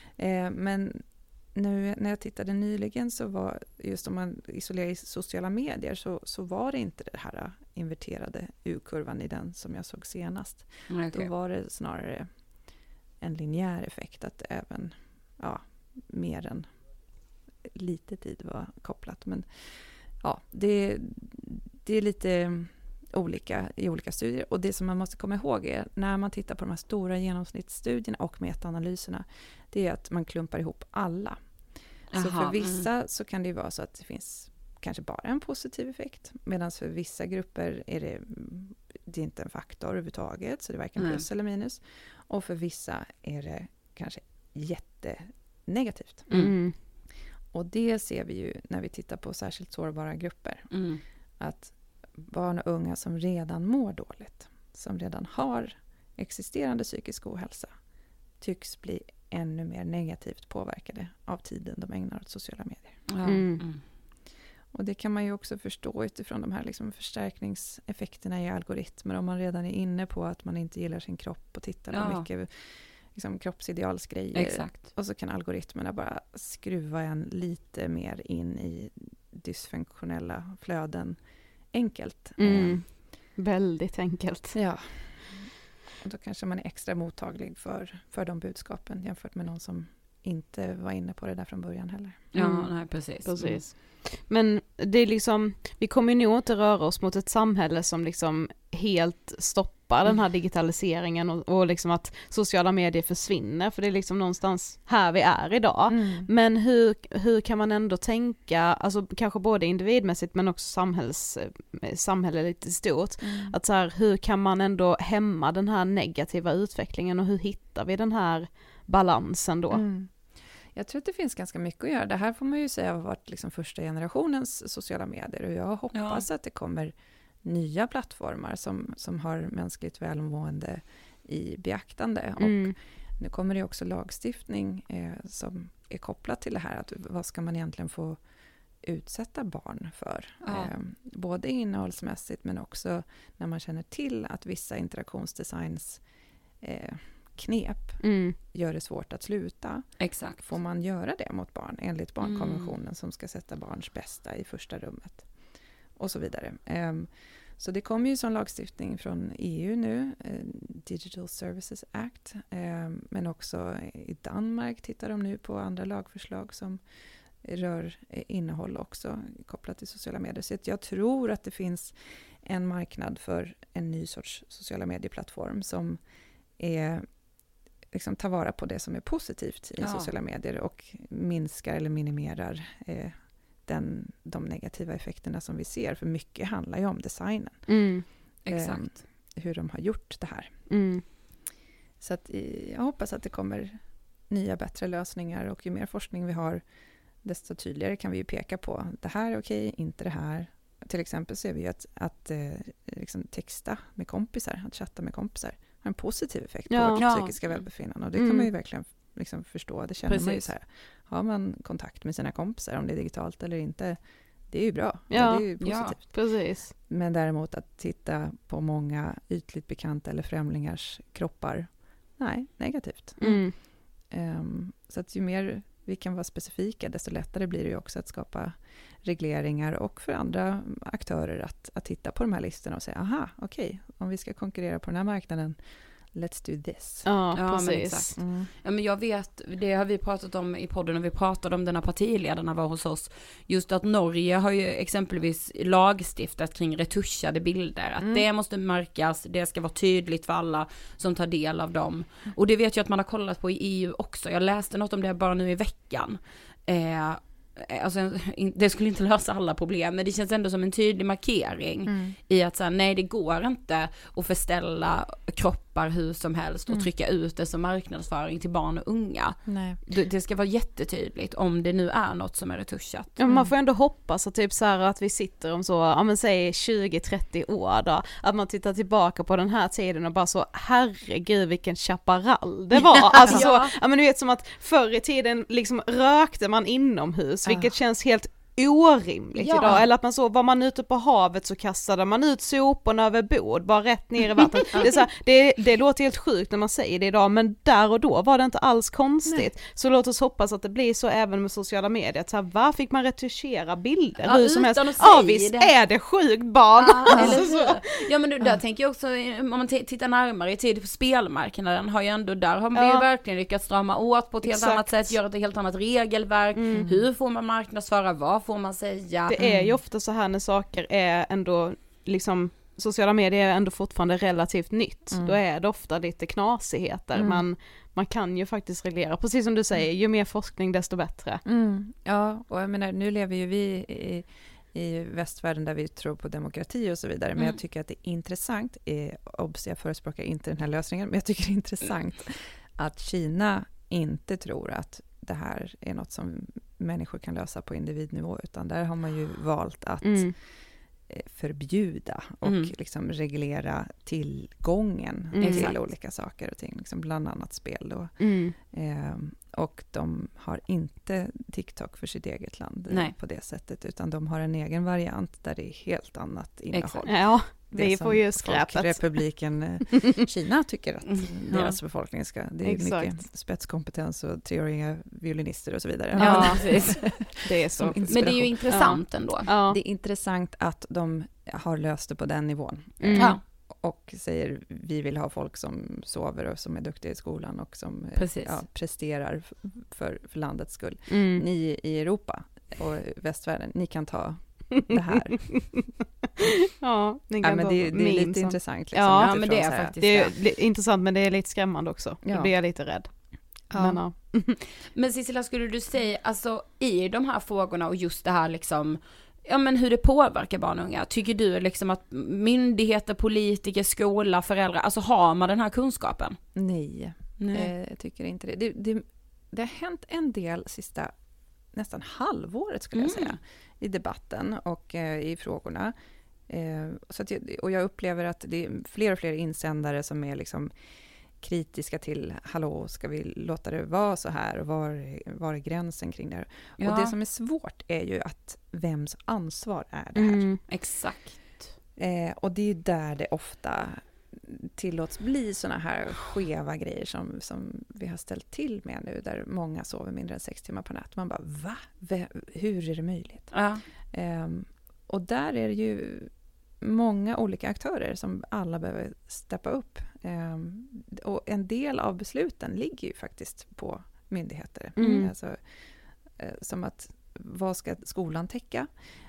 Men nu när jag tittade nyligen så var just om man isolerar i sociala medier så var det inte det här inverterade U-kurvan i den som jag såg senast. Då var det snarare en linjär effekt att även mer än lite tid var kopplat. Men det är lite olika i olika studier. Och det som man måste komma ihåg är när man tittar på de här stora genomsnittsstudierna och metaanalyserna, det är att man klumpar ihop alla. Så för vissa så kan det ju vara så att det finns kanske bara en positiv effekt. Medan för vissa grupper är det är inte en faktor överhuvudtaget. Så det är varken plus eller minus. Och för vissa är det kanske jättenegativt. Och det ser vi ju när vi tittar på särskilt sårbara grupper. Att barn och unga som redan mår dåligt, som redan har existerande psykisk ohälsa, tycks bli ännu mer negativt påverkade av tiden de ägnar åt sociala medier. Och det kan man ju också förstå utifrån de här liksom förstärkningseffekterna i algoritmer. Om man redan är inne på att man inte gillar sin kropp och tittar på mycket liksom kroppsidealsgrejer. Exakt. Och så kan algoritmerna bara skruva en lite mer in i dysfunktionella flöden enkelt. Väldigt enkelt. Ja. Och då kanske man är extra mottaglig för de budskapen jämfört med någon som inte var inne på det där från början heller. Nej, precis. Men det är liksom, vi kommer ju nog inte röra oss mot ett samhälle som liksom helt stoppar den här digitaliseringen och liksom att sociala medier försvinner, för det är liksom någonstans här vi är idag. Men hur kan man ändå tänka, alltså kanske både individmässigt men också samhället i stort, att så här, hur kan man ändå hämma den här negativa utvecklingen och hur hittar vi den här balansen då? Jag tror att det finns ganska mycket att göra. Det här får man ju säga har varit liksom första generationens sociala medier. Och jag hoppas att det kommer nya plattformar som har mänskligt välmående i beaktande. Och nu kommer det också lagstiftning som är kopplat till det här. Att vad ska man egentligen få utsätta barn för? Både innehållsmässigt men också när man känner till att vissa interaktionsdesigns knep gör det svårt att sluta. Exakt. Får man göra det mot barn enligt barnkonventionen som ska sätta barns bästa i första rummet och så vidare. Så det kommer ju som lagstiftning från EU nu, Digital Services Act, men också i Danmark tittar de nu på andra lagförslag som rör innehåll också kopplat till sociala medier. Så jag tror att det finns en marknad för en ny sorts sociala medieplattform som är liksom tar vara på det som är positivt i sociala medier och minskar eller minimerar de negativa effekterna som vi ser. För mycket handlar ju om designen. Exakt. Hur de har gjort det här. Så att jag hoppas att det kommer nya bättre lösningar, och ju mer forskning vi har desto tydligare kan vi ju peka på det här är okej, inte det här. Till exempel ser vi ju att liksom texta med kompisar, att chatta med kompisar har en positiv effekt på psykiska välbefinnande. Och det kan man ju verkligen liksom förstå. Det känner man ju så här. Har man kontakt med sina kompisar, om det är digitalt eller inte, det är ju bra. Det är ju positivt. Ja, precis. Men däremot att titta på många ytligt bekanta eller främlingars kroppar, nej, negativt. Så att ju mer vi kan vara specifika, desto lättare blir det ju också att skapa regleringar och för andra aktörer att titta på de här listorna och säga, aha, okej, om vi ska konkurrera på den här marknaden, let's do this. Ja, Ja, precis. men exakt. Ja, men jag vet, det har vi pratat om i podden när vi pratade om den här partiledarna var hos oss. Just att Norge har ju exempelvis lagstiftat kring retuschade bilder. Att det måste märkas, det ska vara tydligt för alla som tar del av dem. Och det vet jag att man har kollat på i EU också. Jag läste något om det bara nu i veckan. Alltså, det skulle inte lösa alla problem, men det känns ändå som en tydlig markering i att säga, nej, det går inte att förställa kroppar hur som helst och trycka ut det som marknadsföring till barn och unga. Nej. Det ska vara jättetydligt om det nu är något som är retuschat. Ja, man får ändå hoppas att typ så här att vi sitter om så, ja men säg 20-30 år då, att man tittar tillbaka på den här tiden och bara så, herregud vilken chaparral det var. Alltså så, ja men du vet som att förr i tiden liksom rökte man inomhus, vilket känns helt orimligt idag. Eller att man så, var man ute på havet så kastade man ut soporna över bord, bara rätt ner i vattnet. Det är så här, det låter helt sjukt när man säger det idag, men där och då var det inte alls konstigt. Nej. Så låt oss hoppas att det blir så även med sociala medier. Så här, var fick man retuschera bilder hur som helst? Ja visst det. Är det sjukt barn. Eller så. Ja men där tänker jag också, om man tittar närmare i tid på spelmarknaden har ju ändå, där har man ju verkligen lyckats strama åt på ett helt annat sätt, göra ett helt annat regelverk. Hur får man marknadsföra, vad får man säga? Det är ju ofta så här när saker är ändå liksom, sociala medier är ändå fortfarande relativt nytt. Då är det ofta lite knasigheter. Man kan ju faktiskt reglera. Precis som du säger, ju mer forskning desto bättre. Ja, och jag menar, nu lever ju vi i västvärlden där vi tror på demokrati och så vidare. Men jag tycker att det är intressant, jag förespråkar inte den här lösningen, men jag tycker det är intressant att Kina inte tror att det här är något som människor kan lösa på individnivå, utan där har man ju valt att förbjuda och liksom reglera tillgången till olika saker och ting, liksom bland annat spel då. Och de har inte TikTok för sitt eget land på det sättet, utan de har en egen variant där det är helt annat innehåll. Ja, vi får ju skräpet. Republiken Kina tycker att deras befolkning ska, det är mycket spetskompetens och treåriga violinister och så vidare. Ja, precis. Det är så. Men det är ju intressant ändå. Ja. Det är intressant att de har löst det på den nivån. Och säger, vi vill ha folk som sover och som är duktiga i skolan och som presterar för landets skull. Ni i Europa och västvärlden, ni kan ta det här. Ni kan men det är lite intressant. Liksom, ja, men det är faktiskt det är intressant, men det är lite skrämmande också. Då blir jag lite rädd. Ja. Men Cecilia, skulle du säga, alltså i de här frågorna och just det här liksom, ja men hur det påverkar barn och unga, tycker du liksom att myndigheter, politiker, skola, föräldrar, alltså har man den här kunskapen? Nej. Jag tycker inte det. Det har hänt en del sista nästan halvåret skulle jag säga i debatten och i frågorna. Så att jag upplever att det är fler och fler insändare som är liksom kritiska till, hallå, ska vi låta det vara så här och var är gränsen kring det här? Ja. Och det som är svårt är ju att vems ansvar är det här? Exakt. Och det är där det ofta tillåts bli såna här skeva grejer som vi har ställt till med nu, där många sover mindre än 6 timmar per natt. Man bara, va? Hur är det möjligt? Ja. Och där är det ju många olika aktörer som alla behöver steppa upp. Och en del av besluten ligger ju faktiskt på myndigheter. Alltså, som att, vad ska skolan täcka?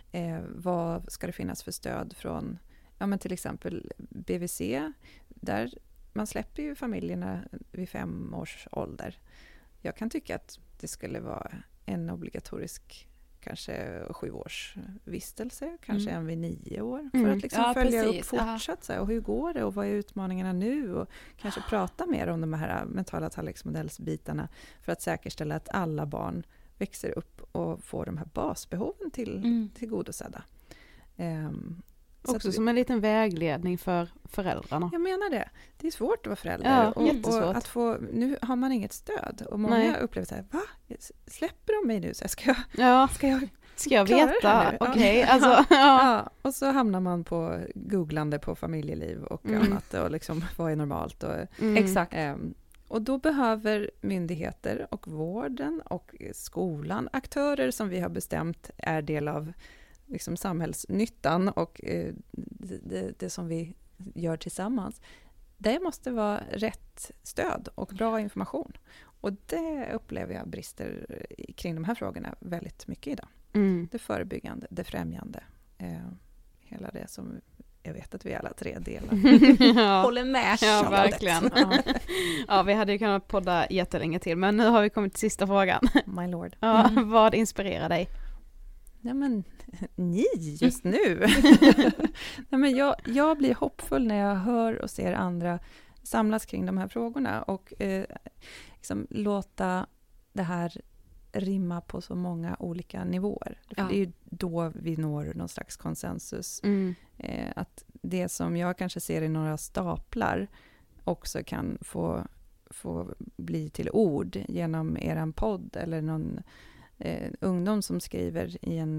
Vad ska det finnas för stöd från, ja men till exempel BVC, där man släpper ju familjerna vid 5 års ålder. Jag kan tycka att det skulle vara en obligatorisk kanske 7 års vistelse, kanske en vid 9 år, för att liksom följa upp fortsatt så här, och hur går det och vad är utmaningarna nu, och kanske prata mer om de här mentala tallriksmodellsbitarna för att säkerställa att alla barn växer upp och får de här basbehoven tillgodosedda. Också som en liten vägledning för föräldrarna. Jag menar det. Det är svårt att vara förälder. Och att få, nu har man inget stöd. Och många upplever så här, va? Släpper de mig nu? Så här, ska jag veta? Okej, alltså. Och så hamnar man på googlande på familjeliv och annat. Och liksom, vad är normalt? Och, Exakt. Och då behöver myndigheter och vården och skolan, aktörer som vi har bestämt är del av liksom samhällsnyttan och det som vi gör tillsammans, det måste vara rätt stöd och bra information. Och det upplever jag brister kring de här frågorna väldigt mycket idag. Det förebyggande, det främjande, hela det som jag vet att vi alla tre delar. Håller med. Ja, verkligen. Ja, vi hade ju kunnat podda jättelänge till, men nu har vi kommit till sista frågan. My lord. Ja, vad inspirerar dig? Ja, men ni just nu. Nej, men jag blir hoppfull när jag hör och ser andra samlas kring de här frågorna och liksom låta det här rimma på så många olika nivåer. För det är ju då vi når någon slags konsensus. Att det som jag kanske ser i några staplar också kan få bli till ord genom eran podd eller någon ungdom som skriver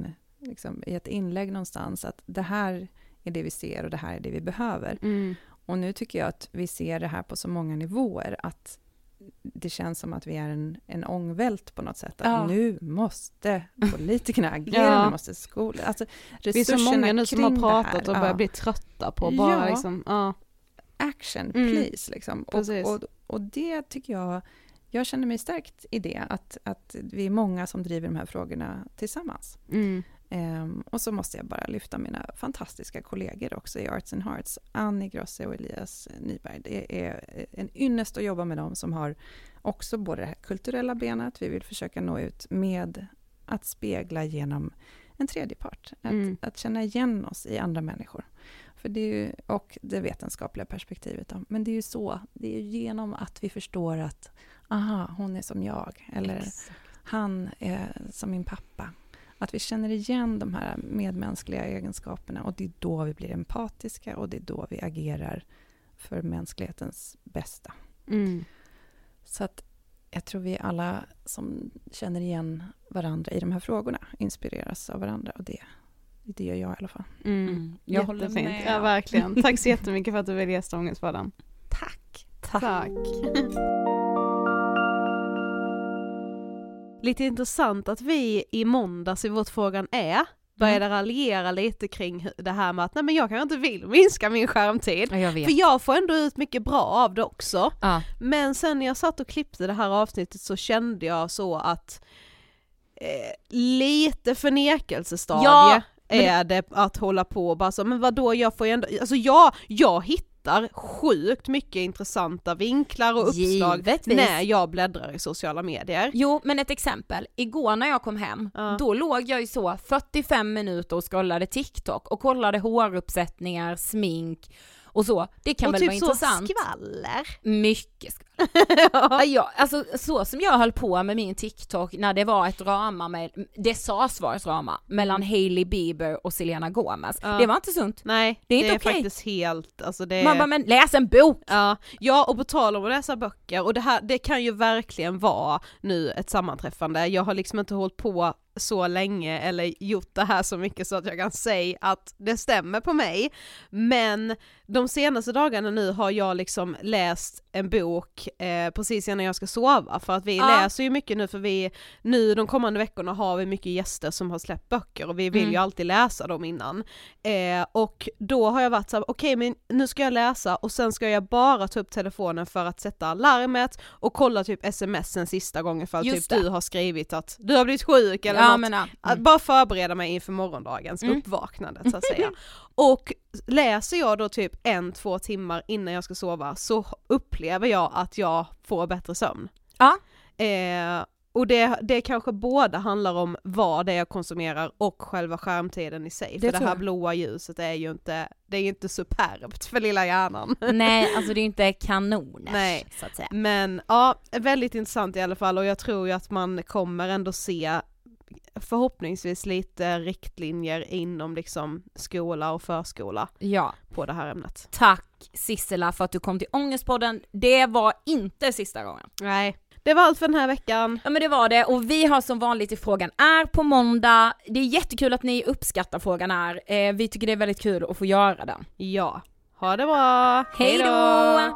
i ett inlägg någonstans att det här är det vi ser och det här är det vi behöver. Och nu tycker jag att vi ser det här på så många nivåer att det känns som att vi är en ångvält på något sätt. Att nu måste politikerna agera, nu måste skolan... Alltså, det är så många nu som har pratat och börjar bli trötta på bara action, please. Liksom. Och det tycker jag känner mig stärkt i det, att vi är många som driver de här frågorna tillsammans. Och så måste jag bara lyfta mina fantastiska kollegor också i Arts and Hearts. Annie Grosse och Elias Nyberg. Det är en ynnest att jobba med dem som har också både det här kulturella benet. Vi vill försöka nå ut med att spegla genom en tredje part. Att känna igen oss i andra människor. För det är ju, och det vetenskapliga perspektivet. Då. Men det är ju så. Det är ju genom att vi förstår att hon är som jag. Eller han är som min pappa. Att vi känner igen de här medmänskliga egenskaperna och det är då vi blir empatiska och det är då vi agerar för mänsklighetens bästa. Så att jag tror vi alla som känner igen varandra i de här frågorna inspireras av varandra och det gör jag i alla fall. Jag håller med. Ja, verkligen. Tack så jättemycket för att du ville gästa Ångestpodden. Tack. Lite intressant att vi i måndags i vårt frågan började raljera lite kring det här med att nej, men jag kanske inte vill minska min skärmtid. För jag får ändå ut mycket bra av det också. Men sen när jag satt och klippte det här avsnittet så kände jag så att lite förnekelsestadie är det att hålla på och bara så, men vadå, jag får ju ändå, alltså jag hittar sjukt mycket intressanta vinklar och uppslag när jag bläddrar i sociala medier. Jo, men ett exempel. Igår när jag kom hem, då låg jag ju så 45 minuter och scrollade TikTok och kollade håruppsättningar, smink och så. Det kan väl vara intressant. Och typ så skvaller. Mycket skvaller. Alltså så som jag höll på med min TikTok när det var ett drama det sades vara ett drama mellan Hailey Bieber och Selena Gomez. Det var inte sunt. Nej, det är inte okej. Faktiskt helt, alltså det man bara, men läs en bok. Ja, och på tal om att läsa böcker och det kan ju verkligen vara nu ett sammanträffande. Jag har liksom inte hållit på så länge eller gjort det här så mycket så att jag kan säga att det stämmer på mig. Men de senaste dagarna nu har jag liksom läst en bok precis innan jag ska sova, för att vi läser ju mycket nu, för nu de kommande veckorna har vi mycket gäster som har släppt böcker och vi vill ju alltid läsa dem innan. Och då har jag varit så här, okej, men nu ska jag läsa och sen ska jag bara ta upp telefonen för att sätta alarmet och kolla typ sms:en sista gången för att typ du har skrivit att du har blivit sjuk eller något. Att bara förbereda mig inför morgondagens uppvaknandet så att säga. Och läser jag då typ 1-2 timmar innan jag ska sova så upplever jag att jag får bättre sömn. Och det kanske båda handlar om vad det är jag konsumerar och själva skärmtiden i sig. För det här blåa ljuset är ju inte superbt för lilla hjärnan. Nej, alltså det är inte kanoners, så att säga. Men väldigt intressant i alla fall, och jag tror ju att man kommer ändå se förhoppningsvis lite riktlinjer inom liksom skola och förskola på det här ämnet. Tack Sissela för att du kom till Ångestpodden. Det var inte sista gången. Nej, det var allt för den här veckan. Ja, men det var det, och vi har som vanligt i Frågan är på måndag. Det är jättekul att ni uppskattar Frågan är. Vi tycker det är väldigt kul att få göra den. Ja, ha det bra. Hej då!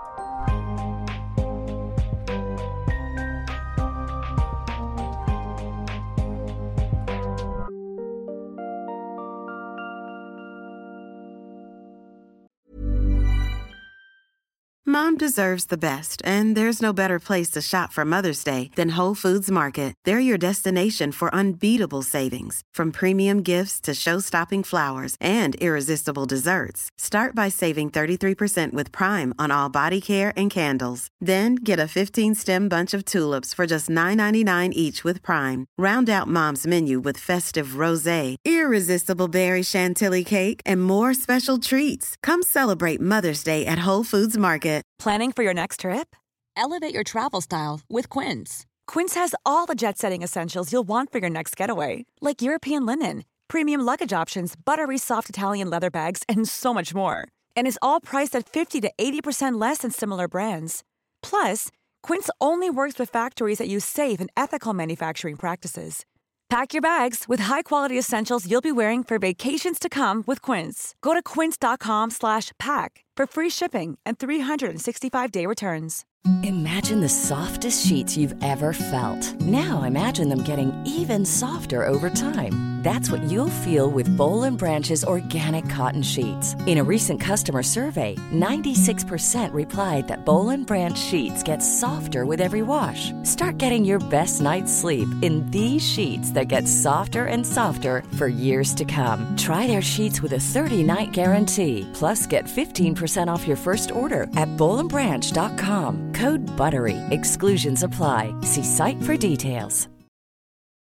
Mom deserves the best, and there's no better place to shop for Mother's Day than Whole Foods Market. They're your destination for unbeatable savings, from premium gifts to show-stopping flowers and irresistible desserts. Start by saving 33% with Prime on all body care and candles. Then get a 15-stem bunch of tulips for just $9.99 each with Prime. Round out Mom's menu with festive rosé, irresistible berry chantilly cake, and more special treats. Come celebrate Mother's Day at Whole Foods Market. Planning for your next trip? Elevate your travel style with Quince. Quince has all the jet-setting essentials you'll want for your next getaway, like European linen, premium luggage options, buttery soft Italian leather bags, and so much more. And is all priced at 50 to 80% less than similar brands. Plus, Quince only works with factories that use safe and ethical manufacturing practices. Pack your bags with high-quality essentials you'll be wearing for vacations to come with Quince. Go to quince.com/pack for free shipping and 365-day returns. Imagine the softest sheets you've ever felt. Now imagine them getting even softer over time. That's what you'll feel with Boll & Branch's organic cotton sheets. In a recent customer survey, 96% replied that Boll & Branch sheets get softer with every wash. Start getting your best night's sleep in these sheets that get softer and softer for years to come. Try their sheets with a 30-night guarantee. Plus, get 15% off your first order at bollandbranch.com. Code BUTTERY. Exclusions apply. See site for details.